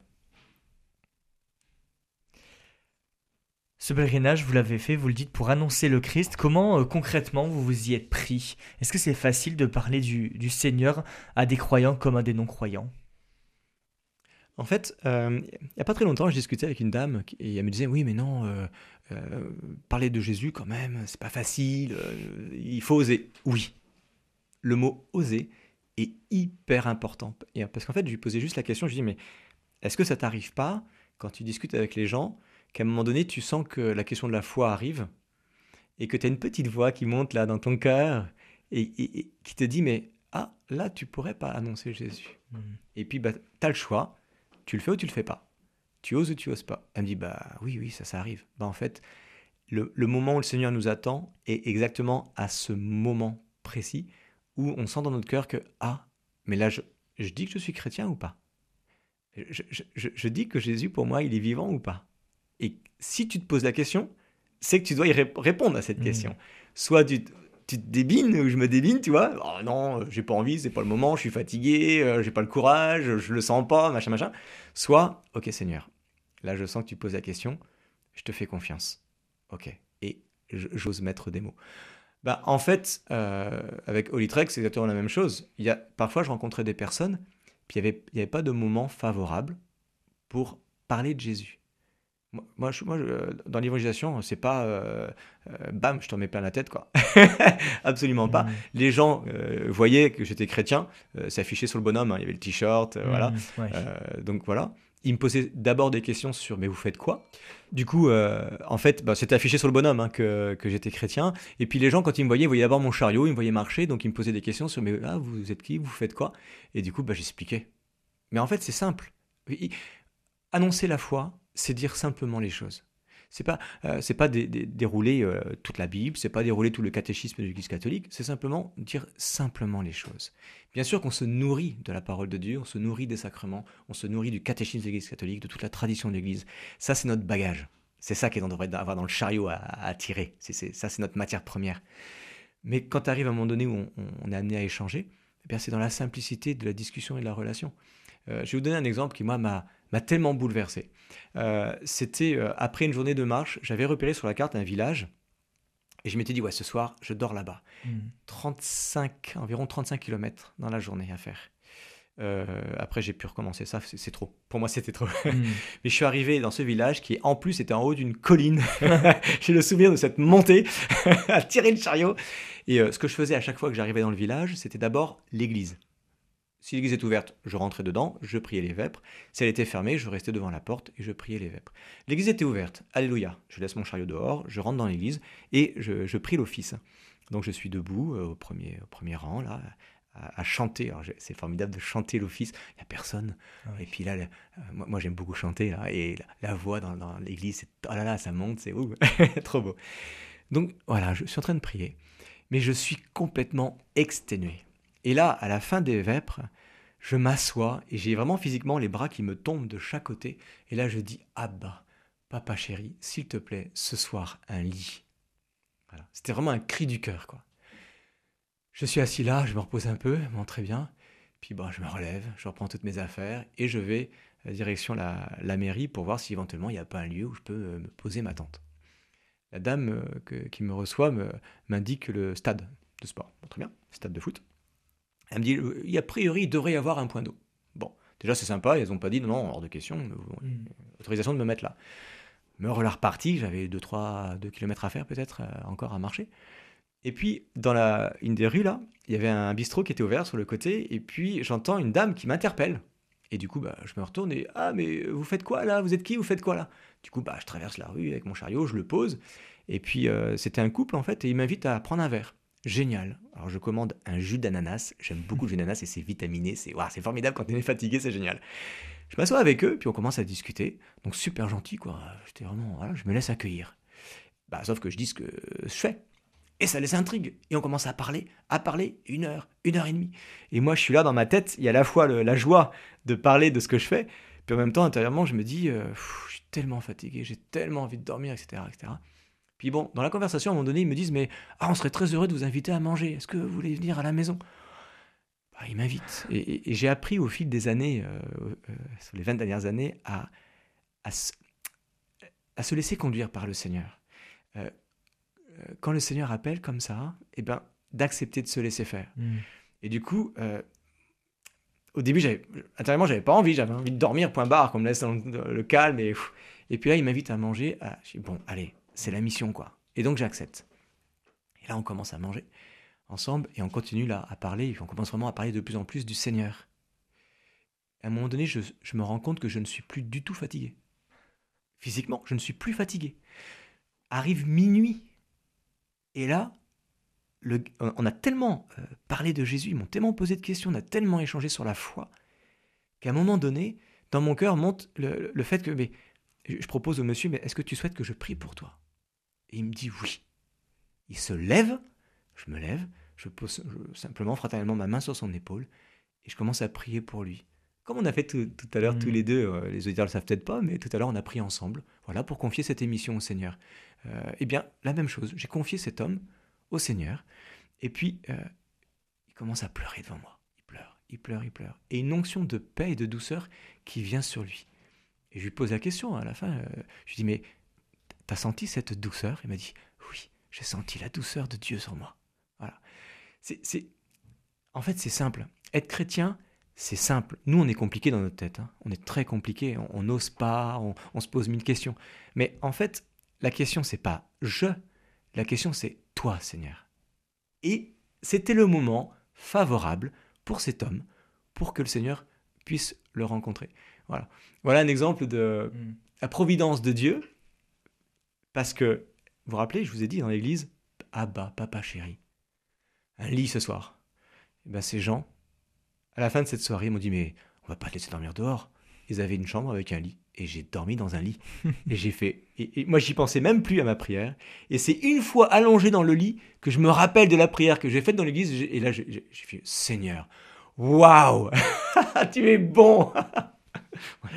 Ce pèlerinage, vous l'avez fait, vous le dites, pour annoncer le Christ. Comment euh, concrètement vous vous y êtes pris? Est-ce que c'est facile de parler du, du Seigneur à des croyants comme à des non-croyants? En fait, euh, il n'y a pas très longtemps, je discutais avec une dame qui- et elle me disait, oui, mais non, euh, euh, parler de Jésus quand même, c'est pas facile, euh, il faut oser. Oui, le mot oser est hyper important. Et, euh, parce qu'en fait, je lui posais juste la question, je lui dis, mais est-ce que ça t'arrive pas, quand tu discutes avec les gens, qu'à un moment donné, tu sens que la question de la foi arrive et que tu as une petite voix qui monte là dans ton cœur et, et- et qui te dit, mais ah, là, tu pourrais pas annoncer Jésus. Mmh. Et puis, bah, tu as le choix, tu le fais ou tu le fais pas. Tu oses ou tu oses pas. Elle me dit, bah oui, oui, ça, ça arrive. Bah, en fait, le, le moment où le Seigneur nous attend est exactement à ce moment précis où on sent dans notre cœur que, ah, mais là, je, je dis que je suis chrétien ou pas? je, je- je- je dis que Jésus, pour moi, il est vivant ou pas? Et si tu te poses la question, c'est que tu dois y rép- répondre à cette Mhm. question. Soit tu, te- tu te débines, ou je me débine, tu vois. Oh non, euh, j'ai pas envie, c'est pas le moment, je suis fatigué, euh, j'ai pas le courage, je le sens pas, machin, machin. Soit, ok Seigneur, là je sens que tu poses la question, je te fais confiance. Ok. Et je- j'ose mettre des mots. Bah, en fait, euh, avec Holy Trek, c'est exactement la même chose. Il y a, parfois, je rencontrais des personnes, puis il n'y avait, il y avait pas de moment favorable pour parler de Jésus. Moi, moi, je- moi, je- dans l'évangélisation, c'est pas euh, euh, bam, je t'en mets plein la tête, quoi. Absolument pas. Mmh. Les gens euh, voyaient que j'étais chrétien, euh, c'est affiché sur le bonhomme, hein, il y avait le t-shirt, euh, voilà. Mmh, ouais. Euh, donc voilà. Ils me posaient d'abord des questions sur mais vous faites quoi? Du coup, euh, en fait, bah, c'était affiché sur le bonhomme hein, que, que j'étais chrétien. Et puis les gens, quand ils me voyaient, ils voyaient d'abord mon chariot, ils me voyaient marcher, donc ils me posaient des questions sur mais ah, vous êtes qui? Vous faites quoi? Et du coup, bah, j'expliquais. Mais en fait, c'est simple. I- Annoncer la foi, c'est dire simplement les choses. C'est pas, euh, c'est pas dé- dé- dérouler euh, toute la Bible, c'est pas dérouler tout le catéchisme de l'Église catholique, c'est simplement dire simplement les choses. Bien sûr qu'on se nourrit de la parole de Dieu, on se nourrit des sacrements, on se nourrit du catéchisme de l'Église catholique, de toute la tradition de l'Église. Ça, c'est notre bagage. C'est ça qu'on devrait avoir dans le chariot à, à tirer. C'est, c'est- ça, c'est notre matière première. Mais quand tu arrives à un moment donné où on, on- on est amené à échanger, eh bien, c'est dans la simplicité de la discussion et de la relation. Euh, je vais vous donner un exemple qui, moi, m'a, m'a tellement bouleversé. Euh, c'était euh, après une journée de marche, j'avais repéré sur la carte un village et je m'étais dit, ouais, ce soir, je dors là-bas. Mmh. trente-cinq, environ trente-cinq kilomètres dans la journée à faire. Euh, après, j'ai pu recommencer ça, c'est, c'est trop. Pour moi, c'était trop. Mmh. Mais je suis arrivé dans ce village qui, en plus, était en haut d'une colline. J'ai le souvenir de cette montée à tirer le chariot. Et euh, ce que je faisais à chaque fois que j'arrivais dans le village, c'était d'abord l'église. Si l'église est ouverte, je rentrais dedans, je priais les vêpres. Si elle était fermée, je restais devant la porte et je priais les vêpres. L'église était ouverte, alléluia. Je laisse mon chariot dehors, je rentre dans l'église et je, je prie l'office. Donc je suis debout euh, au, premier, au premier rang, là, à, à chanter. Alors, j'ai- c'est formidable de chanter l'office, il n'y a personne. Ah oui. Et puis là, le- euh, moi, moi, j'aime beaucoup chanter, là, et la, la voix dans, dans l'église, c'est, oh là là, ça monte, c'est ouh, trop beau. Donc voilà, je suis en train de prier, mais je suis complètement exténué. Et là, à la fin des vêpres, je m'assois et j'ai vraiment physiquement les bras qui me tombent de chaque côté. Et là, je dis, Abba, papa chéri, s'il te plaît, ce soir, un lit. Voilà. C'était vraiment un cri du cœur, quoi. Je suis assis là, je me repose un peu, bon, très bien. Puis bon, je me relève, je reprends toutes mes affaires et je vais euh, direction la, la mairie pour voir si éventuellement il n'y a pas un lieu où je peux euh, me poser ma tente. La dame euh, que- qui me reçoit me- m'indique le stade de sport. Bon, très bien, stade de foot. Elle me dit, euh, il y a a priori, il devrait y avoir un point d'eau. Bon, déjà c'est sympa, ils n'ont pas dit, non, non, hors de question, euh, Mmh. autorisation de me mettre là. Me voilà reparti, j'avais deux trois deux kilomètres à faire peut-être, euh, encore à marcher. Et puis, dans la, une des rues là, il y avait un bistrot qui était ouvert sur le côté, et puis j'entends une dame qui m'interpelle. Et du coup, bah, je me retourne et, ah, mais vous faites quoi là? Vous êtes qui? Vous faites quoi là? Du coup, bah, je traverse la rue avec mon chariot, je le pose, et puis euh, c'était un couple en fait, et il m'invite à prendre un verre. Génial. Alors je commande un jus d'ananas. J'aime beaucoup le jus d'ananas et c'est vitaminé. C'est ouah, c'est formidable quand on est fatigué, c'est génial. Je m'assois avec eux, puis on commence à discuter. Donc super gentil, quoi. J'étais vraiment, voilà, je me laisse accueillir. Bah, sauf que je dis ce que je fais. Et ça les intrigue. Et on commence à parler, à parler une heure, une heure et demie. Et moi, je suis là dans ma tête. Il y a à la fois le- la joie de parler de ce que je fais, puis en même temps, intérieurement, je me dis, euh, Pff, je suis tellement fatigué, j'ai tellement envie de dormir, et cetera, et cetera. Puis bon, dans la conversation, à un moment donné, ils me disent, mais ah, on serait très heureux de vous inviter à manger. Est-ce que vous voulez venir à la maison? Bah, ils m'invitent. Et, et- et j'ai appris au fil des années, euh, euh, sur les vingt dernières années, à, à, se, à se laisser conduire par le Seigneur. Euh, euh, quand le Seigneur appelle comme ça, eh ben, d'accepter de se laisser faire. Mmh. Et du coup, euh, au début, j'avais, intérieurement, j'avais pas envie, j'avais envie de dormir, point barre, qu'on me laisse dans le, dans le calme. Et, pff. Et puis là, il m'invite à manger. Ah, je dis, bon, allez, c'est la mission, quoi. Et donc, j'accepte. Et là, on commence à manger ensemble et on continue là à parler. Et on commence vraiment à parler de plus en plus du Seigneur. À un moment donné, je, je me rends compte que je ne suis plus du tout fatigué. Physiquement, je ne suis plus fatigué. Arrive minuit. Et là, le- on a tellement euh, parlé de Jésus, ils m'ont tellement posé de questions, on a tellement échangé sur la foi, qu'à un moment donné, dans mon cœur monte le, le fait que mais, je propose au monsieur, mais est-ce que tu souhaites que je prie pour toi? Et il me dit oui. Il se lève, je me lève, je pose je- simplement fraternellement ma main sur son épaule, et je commence à prier pour lui. Comme on a fait tout, tout à l'heure Mhm. tous les deux, euh, les auditeurs ne le savent peut-être pas, mais tout à l'heure on a prié ensemble, voilà, pour confier cette émission au Seigneur. Euh, eh bien, la même chose, j'ai confié cet homme au Seigneur, et puis euh, il commence à pleurer devant moi. Il pleure, il pleure, il pleure. Et une onction de paix et de douceur qui vient sur lui. Et je lui pose la question à la fin, euh, je lui dis, mais t'as senti cette douceur? Il m'a dit, oui, j'ai senti la douceur de Dieu sur moi. Voilà. C'est, c'est... En fait, c'est simple. Être chrétien, c'est simple. Nous, on est compliqué dans notre tête. Hein. On est très compliqué. On n'ose pas, on, on se pose mille questions. Mais en fait, la question, c'est pas je. La question, c'est toi, Seigneur. Et c'était le moment favorable pour cet homme, pour que le Seigneur puisse le rencontrer. Voilà, voilà un exemple de mm. la providence de Dieu. Parce que, vous vous rappelez, je vous ai dit dans l'église, Abba, papa chéri, un lit ce soir. Et ben ces gens, à la fin de cette soirée, ils m'ont dit, mais on va pas te laisser dormir dehors. Ils avaient une chambre avec un lit. Et j'ai dormi dans un lit. Et j'ai fait... Et, et moi, j'y pensais même plus à ma prière. Et c'est une fois allongé dans le lit que je me rappelle de la prière que j'ai faite dans l'église. Et là, j'ai, j'ai fait, Seigneur, waouh, tu es bon. Voilà.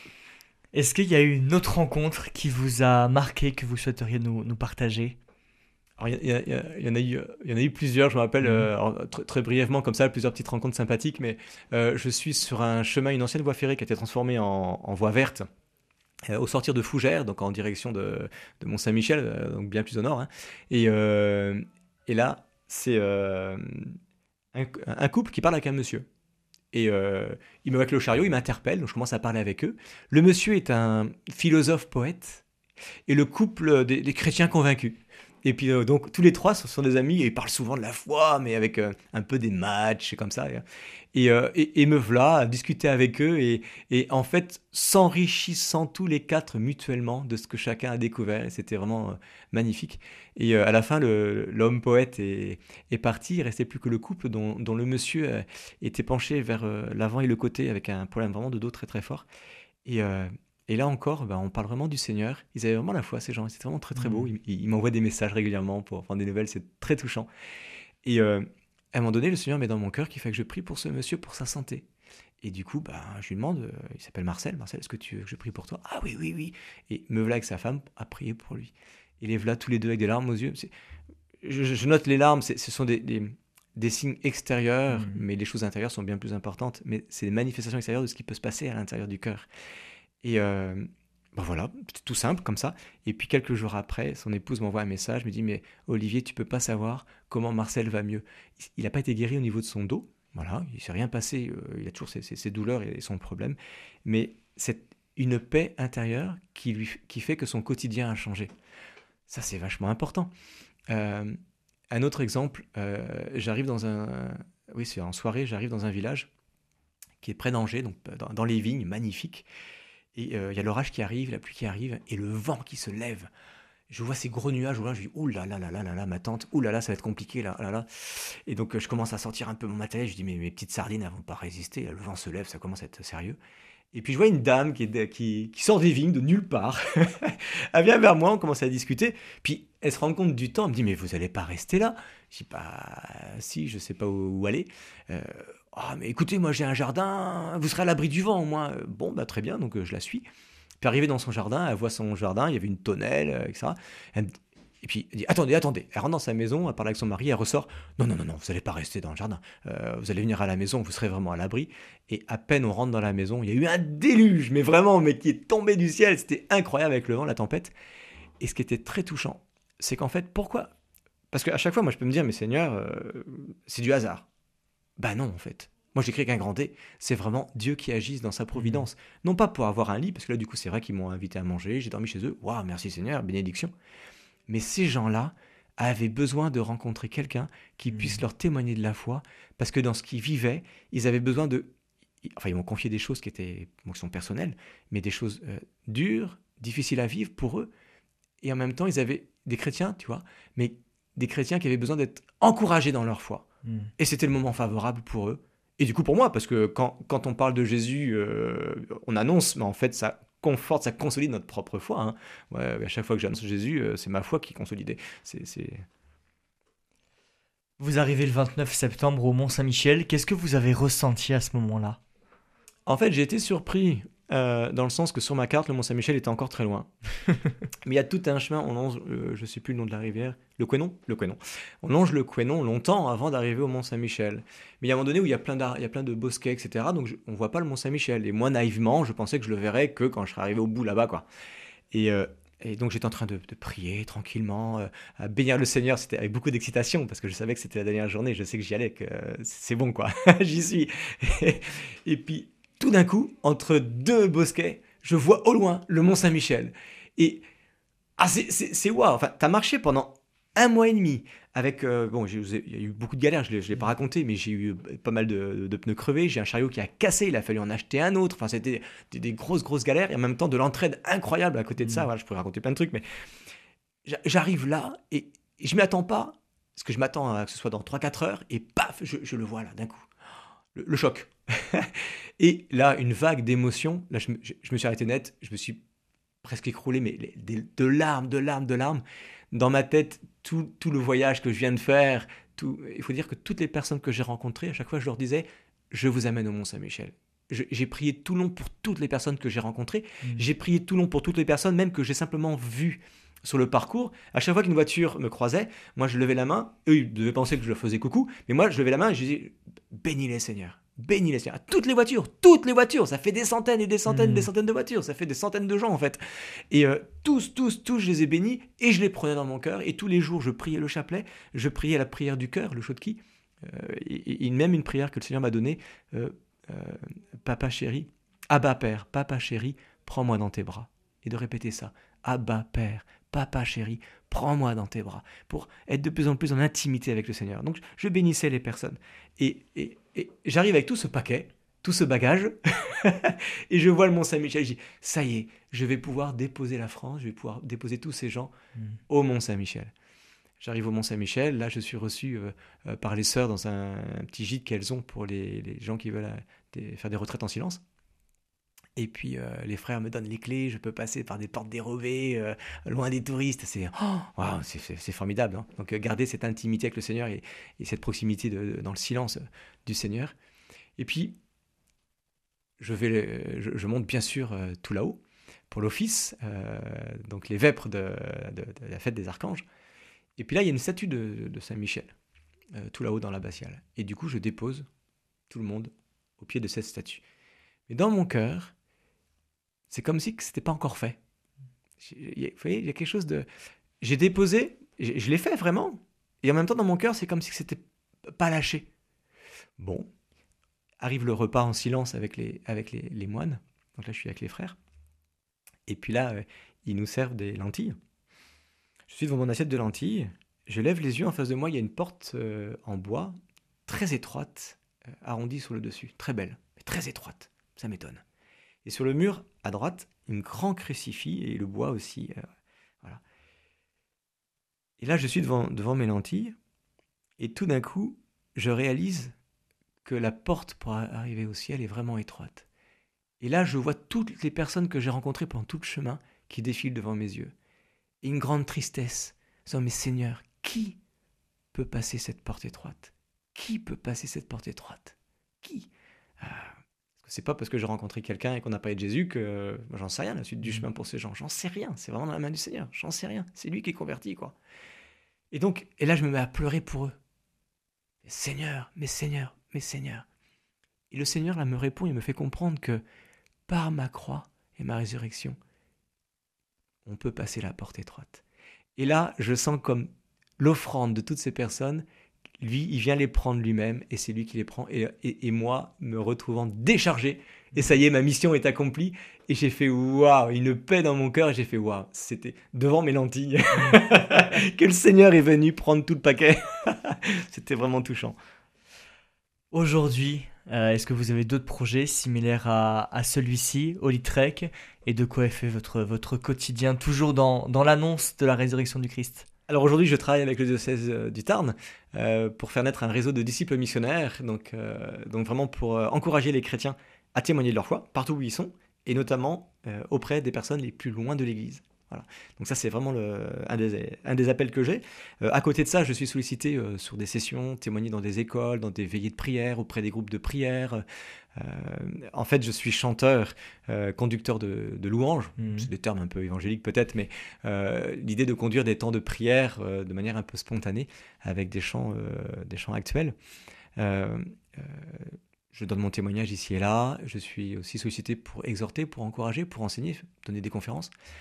Est-ce qu'il y a eu une autre rencontre qui vous a marqué, que vous souhaiteriez nous, nous partager ? Alors, il y, y, y, y, en a eu, il y en a eu plusieurs, je me rappelle, mmh. euh, alors, très, très brièvement comme ça, plusieurs petites rencontres sympathiques, mais euh, je suis sur un chemin, une ancienne voie ferrée qui a été transformée en, en voie verte, euh, au sortir de Fougères, donc en direction de, de Mont-Saint-Michel, euh, donc bien plus au nord. Hein. Et, euh, et là, c'est euh, un, un couple qui parle avec un monsieur. Et euh, il me voit avec le chariot, il m'interpelle, donc je commence à parler avec eux. Le monsieur est un philosophe-poète, et le couple des, des chrétiens convaincus. Et puis euh, donc tous les trois sont, sont des amis et ils parlent souvent de la foi, mais avec euh, un peu des matchs comme ça. Et, euh, et, et me voilà à discuter avec eux et, et en fait s'enrichissant tous les quatre mutuellement de ce que chacun a découvert. Et c'était vraiment euh, magnifique. Et euh, à la fin, le, l'homme poète est, est parti. Il ne restait plus que le couple dont, dont le monsieur euh, était penché vers euh, l'avant et le côté avec un problème vraiment de dos très très fort. Et euh, Et là encore, ben, on parle vraiment du Seigneur. Ils avaient vraiment la foi, ces gens. C'était vraiment très, très beau. Ils, ils m'envoient des messages régulièrement pour prendre des nouvelles. C'est très touchant. Et euh, à un moment donné, le Seigneur met dans mon cœur qu'il fait que je prie pour ce monsieur, pour sa santé. Et du coup, ben, je lui demande, euh, il s'appelle Marcel. Marcel, est-ce que tu veux que je prie pour toi ? Ah oui, oui, oui. Et me voilà avec sa femme à prier pour lui. Et les voilà tous les deux avec des larmes aux yeux. C'est... Je, je note les larmes, c'est, ce sont des... des des signes extérieurs, mmh. mais les choses intérieures sont bien plus importantes. Mais c'est les manifestations extérieures de ce qui peut se passer à l'intérieur du cœur. Et euh, ben voilà, c'est tout simple comme ça. Et puis quelques jours après, son épouse m'envoie un message, me dit « Mais Olivier, tu peux pas savoir comment Marcel va mieux. Il n'a pas été guéri au niveau de son dos, voilà, il ne s'est rien passé, euh, il a toujours ses, ses, ses douleurs et son problème, mais c'est une paix intérieure qui, lui, qui fait que son quotidien a changé. Ça, c'est vachement important. Euh, un autre exemple, euh, j'arrive dans un... Oui, c'est en soirée, j'arrive dans un village qui est près d'Angers, donc dans, dans les vignes, magnifique. Et il euh, y a l'orage qui arrive, la pluie qui arrive, et le vent qui se lève. Je vois ces gros nuages, où là, je dis, ouh là là là là là là, ma tante, ouh là là, ça va être compliqué, là là là. Et donc, euh, je commence à sortir un peu mon matériel, je dis, mais mes petites sardines, elles vont pas résister, le vent se lève, ça commence à être sérieux. Et puis, je vois une dame qui, est, qui, qui sort des vignes de nulle part. Elle vient vers moi, on commence à discuter, puis elle se rend compte du temps, elle me dit, mais vous allez pas rester là ? Je dis, bah, si, je sais pas où, où aller. Euh, Ah, mais écoutez, moi j'ai un jardin, vous serez à l'abri du vent au moins. Bon, bah très bien, donc euh, je la suis. Puis arrivée dans son jardin, elle voit son jardin, il y avait une tonnelle, euh, et cetera. Elle me... Et puis elle dit, attendez, attendez. Elle rentre dans sa maison, elle parle avec son mari, elle ressort. Non, non, non, non, vous n'allez pas rester dans le jardin. Euh, vous allez venir à la maison, vous serez vraiment à l'abri. Et à peine on rentre dans la maison, il y a eu un déluge, mais vraiment, mais qui est tombé du ciel. C'était incroyable avec le vent, la tempête. Et ce qui était très touchant, c'est qu'en fait, pourquoi ? Parce qu'à chaque fois, moi je peux me dire, mais Seigneur, euh, c'est du hasard. Bah non, en fait. Moi, j'écris qu'un grand D. C'est vraiment Dieu qui agisse dans sa providence. Mmh. Non pas pour avoir un lit, parce que là, du coup, c'est vrai qu'ils m'ont invité à manger, j'ai dormi chez eux. Waouh, merci Seigneur, bénédiction. Mais ces gens-là avaient besoin de rencontrer quelqu'un qui mmh. puisse leur témoigner de la foi, parce que dans ce qu'ils vivaient, ils avaient besoin de... Enfin, ils m'ont confié des choses qui, étaient, bon, qui sont personnelles, mais des choses euh, dures, difficiles à vivre pour eux. Et en même temps, ils avaient des chrétiens, tu vois, mais des chrétiens qui avaient besoin d'être encouragés dans leur foi. Mmh. Et c'était le moment favorable pour eux. Et du coup pour moi, parce que quand, quand on parle de Jésus, euh, on annonce, mais en fait ça conforte, ça consolide notre propre foi. Hein. Ouais, à chaque fois que j'annonce Jésus, euh, c'est ma foi qui est consolidée. C'est, c'est... Vous arrivez le vingt-neuf septembre au Mont-Saint-Michel. Qu'est-ce que vous avez ressenti à ce moment-là ? En fait, j'ai été surpris, euh, dans le sens que sur ma carte, le Mont-Saint-Michel était encore très loin. Mais il y a tout un chemin, on longe, euh, je ne sais plus le nom de la rivière, le Couesnon, le Couesnon. On longe le Couesnon longtemps avant d'arriver au Mont-Saint-Michel. Mais il y a un moment donné où il y a plein, il y a plein de bosquets, et cetera. Donc je, on ne voit pas le Mont-Saint-Michel. Et moi, naïvement, je pensais que je le verrais que quand je serais arrivé au bout là-bas, quoi. Et, euh, et donc j'étais en train de, de prier tranquillement, euh, à bénir le Seigneur. C'était avec beaucoup d'excitation parce que je savais que c'était la dernière journée. Je sais que j'y allais, que euh, c'est bon quoi, j'y suis. Et, et puis tout d'un coup, entre deux bosquets, je vois au loin le Mont Saint-Michel. Et ah, c'est, c'est, c'est waouh. Enfin, t'as marché pendant un mois et demi avec euh, bon, j'ai, il y a eu beaucoup de galères. Je ne l'ai pas raconté, mais j'ai eu pas mal de, de pneus crevés. J'ai un chariot qui a cassé. Il a fallu en acheter un autre. Enfin, c'était des, des grosses grosses galères et en même temps de l'entraide incroyable à côté de ça. Voilà, je pourrais raconter plein de trucs, mais j'arrive là et je m'y attends pas parce que je m'attends à que ce soit dans trois quatre heures et paf, je, je le vois là d'un coup. Le, le choc. Et là, une vague d'émotions. Là, je me, je, je me suis arrêté net. Je me suis presque écroulé, mais les, des, de larmes, de larmes, de larmes. Dans ma tête, tout, tout le voyage que je viens de faire, tout, il faut dire que toutes les personnes que j'ai rencontrées, à chaque fois, je leur disais, je vous amène au Mont Saint-Michel. Je, j'ai prié tout long pour toutes les personnes que j'ai rencontrées. Mmh. J'ai prié tout long pour toutes les personnes, même que j'ai simplement vues sur le parcours. À chaque fois qu'une voiture me croisait, moi, je levais la main. Eux, ils devaient penser que je leur faisais coucou. Mais moi, je levais la main et je disais, bénis-les, Seigneur. Bénis les Seigneur. Toutes les voitures, toutes les voitures, ça fait des centaines et des centaines, mmh. des centaines de voitures, ça fait des centaines de gens en fait. Et euh, tous, tous, tous, je les ai bénis et je les prenais dans mon cœur. Et tous les jours, je priais le chapelet, je priais la prière du cœur, le Chodki, euh, et, et même une prière que le Seigneur m'a donnée, euh, euh, Papa chéri, Abba Père, Papa chéri, prends-moi dans tes bras. Et de répéter ça, Abba Père, Papa chéri, prends-moi dans tes bras, pour être de plus en plus en intimité avec le Seigneur. Donc je bénissais les personnes. Et, et, et j'arrive avec tout ce paquet, tout ce bagage, et je vois le Mont Saint-Michel, je dis, ça y est, je vais pouvoir déposer la France, je vais pouvoir déposer tous ces gens mmh. au Mont Saint-Michel. J'arrive au Mont Saint-Michel, là je suis reçu euh, euh, par les sœurs dans un, un petit gîte qu'elles ont pour les, les gens qui veulent euh, des, faire des retraites en silence. Et puis euh, les frères me donnent les clés, je peux passer par des portes dérobées, euh, loin des touristes. C'est, oh, wow, c'est, c'est, c'est formidable. Hein. Donc euh, garder cette intimité avec le Seigneur et, et cette proximité de, de, dans le silence euh, du Seigneur. Et puis, je, vais, je, je monte bien sûr euh, tout là-haut pour l'office, euh, donc les vêpres de, de, de la fête des archanges. Et puis là, il y a une statue de, de Saint-Michel, euh, tout là-haut dans l'abbatiale. Et du coup, je dépose tout le monde au pied de cette statue. Mais dans mon cœur, c'est comme si ce n'était pas encore fait. Vous voyez, il y a quelque chose de... J'ai déposé, je, je l'ai fait vraiment, et en même temps, dans mon cœur, c'est comme si ce n'était pas lâché. Bon, arrive le repas en silence avec les, avec les, les moines. Donc là, je suis avec les frères. Et puis là, euh, ils nous servent des lentilles. Je suis devant mon assiette de lentilles. Je lève les yeux, en face de moi, il y a une porte euh, en bois, très étroite, euh, arrondie sur le dessus. Très belle, mais très étroite. Ça m'étonne. Et sur le mur, à droite, un grand crucifix et le bois aussi. Euh, voilà. Et là, je suis devant, devant mes lentilles. Et tout d'un coup, je réalise que la porte pour arriver au ciel est vraiment étroite. Et là, je vois toutes les personnes que j'ai rencontrées pendant tout le chemin qui défilent devant mes yeux. Et une grande tristesse. En disant, mais Seigneur, qui peut passer cette porte étroite ? Qui peut passer cette porte étroite ? Qui ? euh, C'est pas parce que j'ai rencontré quelqu'un et qu'on n'a pas de Jésus que moi, j'en sais rien la suite du chemin pour ces gens. J'en sais rien. C'est vraiment dans la main du Seigneur. J'en sais rien. C'est lui qui est converti, quoi. Et donc, et là, je me mets à pleurer pour eux. Seigneur, mais Seigneur, mais Seigneur. Et le Seigneur, là, me répond et me fait comprendre que par ma croix et ma résurrection, on peut passer la porte étroite. Et là, je sens comme l'offrande de toutes ces personnes, lui, il vient les prendre lui-même et c'est lui qui les prend. Et, et, et moi, me retrouvant déchargé, et ça y est, ma mission est accomplie. Et j'ai fait waouh, une paix dans mon cœur. Et j'ai fait waouh, c'était devant mes lentilles que le Seigneur est venu prendre tout le paquet. C'était vraiment touchant. Aujourd'hui, euh, est-ce que vous avez d'autres projets similaires à, à celui-ci, Holy Trek, et de quoi est fait votre, votre quotidien, toujours dans, dans l'annonce de la résurrection du Christ ? Alors aujourd'hui, je travaille avec le diocèse du Tarn euh, pour faire naître un réseau de disciples missionnaires, donc, euh, donc vraiment pour euh, encourager les chrétiens à témoigner de leur foi, partout où ils sont, et notamment euh, auprès des personnes les plus loin de l'Église. Voilà. Donc ça, c'est vraiment le, un, des, un des appels que j'ai. Euh, à côté de ça, je suis sollicité euh, sur des sessions, témoigner dans des écoles, dans des veillées de prière, auprès des groupes de prière. Euh, en fait, je suis chanteur, euh, conducteur de, de louanges. Mmh. C'est des termes un peu évangéliques peut-être, mais euh, l'idée de conduire des temps de prière euh, de manière un peu spontanée avec des chants, euh, des chants actuels. Euh, euh, je donne mon témoignage ici et là. Je suis aussi sollicité pour exhorter, pour encourager, pour enseigner, donner des conférences.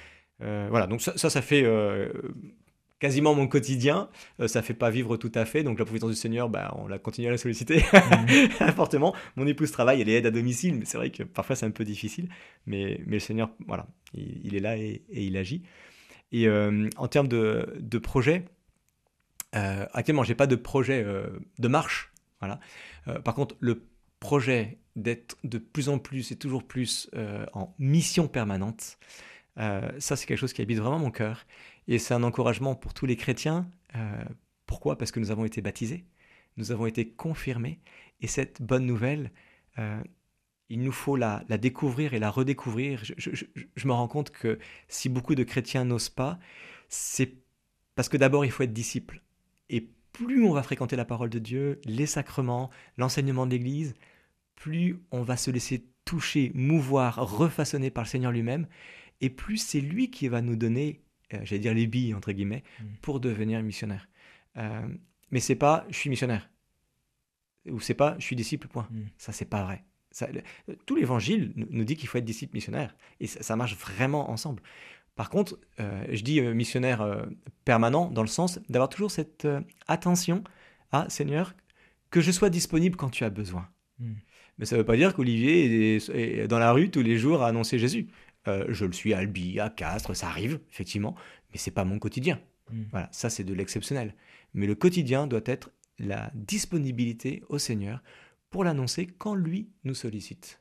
Euh, voilà, donc ça, ça, ça fait euh, quasiment mon quotidien. Euh, ça fait pas vivre tout à fait. Donc la providence du Seigneur, bah, on la continue à la solliciter mmh. fortement. Mon épouse travaille, elle est aide à domicile, mais c'est vrai que parfois c'est un peu difficile. Mais, mais le Seigneur, voilà, il, il est là et, et il agit. Et euh, en termes de, de projet, euh, actuellement, j'ai pas de projet euh, de marche. Voilà. Euh, par contre, le projet d'être de plus en plus et toujours plus euh, en mission permanente, euh, ça c'est quelque chose qui habite vraiment mon cœur et c'est un encouragement pour tous les chrétiens. Euh, pourquoi ? Parce que nous avons été baptisés, nous avons été confirmés et cette bonne nouvelle, euh, il nous faut la, la découvrir et la redécouvrir. Je, je, je, je me rends compte que si beaucoup de chrétiens n'osent pas, c'est parce que d'abord il faut être disciple. Et plus on va fréquenter la parole de Dieu, les sacrements, l'enseignement de l'Église, plus on va se laisser toucher, mouvoir, refaçonner par le Seigneur lui-même, et plus c'est lui qui va nous donner, euh, j'allais dire les billes, entre guillemets, mmh. pour devenir missionnaire. Euh, mais c'est pas « je suis missionnaire » ou c'est pas « je suis disciple, point mmh. ». Ça, c'est pas vrai. Ça, le, tout l'Évangile nous, nous dit qu'il faut être disciple missionnaire, et ça, ça marche vraiment ensemble. Par contre, euh, je dis euh, missionnaire euh, permanent dans le sens d'avoir toujours cette euh, attention à « Seigneur, que je sois disponible quand tu as besoin mmh. ». Mais ça ne veut pas dire qu'Olivier est, est dans la rue tous les jours à annoncer Jésus. Euh, je le suis à Albi, à Castres, ça arrive, effectivement, mais ce n'est pas mon quotidien. Mmh. Voilà, ça, c'est de l'exceptionnel. Mais le quotidien doit être la disponibilité au Seigneur pour l'annoncer quand lui nous sollicite.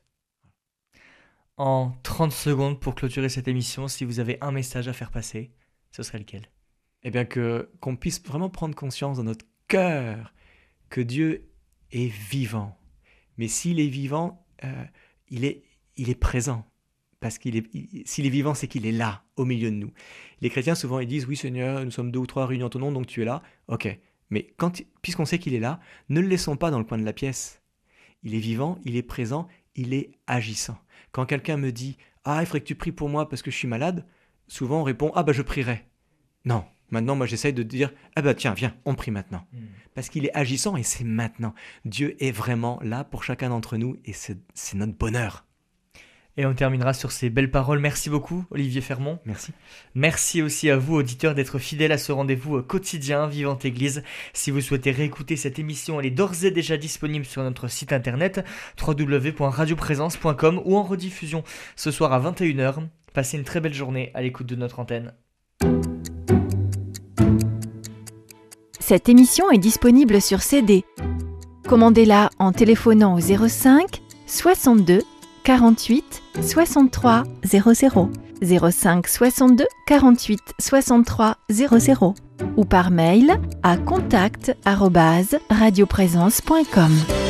En trente secondes pour clôturer cette émission, si vous avez un message à faire passer, ce serait lequel ? Eh bien, que, qu'on puisse vraiment prendre conscience dans notre cœur que Dieu est vivant. Mais s'il est vivant, euh, il, est, il est présent. Parce qu'il est, il, s'il est vivant, c'est qu'il est là, au milieu de nous. Les chrétiens, souvent, ils disent « Oui, Seigneur, nous sommes deux ou trois réunis en ton nom, donc tu es là. » Ok, mais quand, puisqu'on sait qu'il est là, ne le laissons pas dans le coin de la pièce. Il est vivant, il est présent, il est agissant. Quand quelqu'un me dit « Ah, il faudrait que tu pries pour moi parce que je suis malade », souvent on répond « Ah, bah je prierai. » Non. Maintenant, moi, j'essaye de dire « Ah ben tiens, viens, on prie maintenant. Mmh. » Parce qu'il est agissant et c'est maintenant. Dieu est vraiment là pour chacun d'entre nous et c'est, c'est notre bonheur. Et on terminera sur ces belles paroles. Merci beaucoup, Olivier Fermont. Merci. Merci aussi à vous, auditeurs, d'être fidèles à ce rendez-vous quotidien Vivante Église. Si vous souhaitez réécouter cette émission, elle est d'ores et déjà disponible sur notre site internet w w w point radio présence point com ou en rediffusion ce soir à vingt et une heures. Passez une très belle journée à l'écoute de notre antenne. Cette émission est disponible sur C D. Commandez-la en téléphonant au zéro cinq soixante-deux quarante-huit soixante-trois zéro zéro, zéro cinq soixante-deux quarante-huit soixante-trois zéro zéro ou par mail à contact arobase radio présence point com.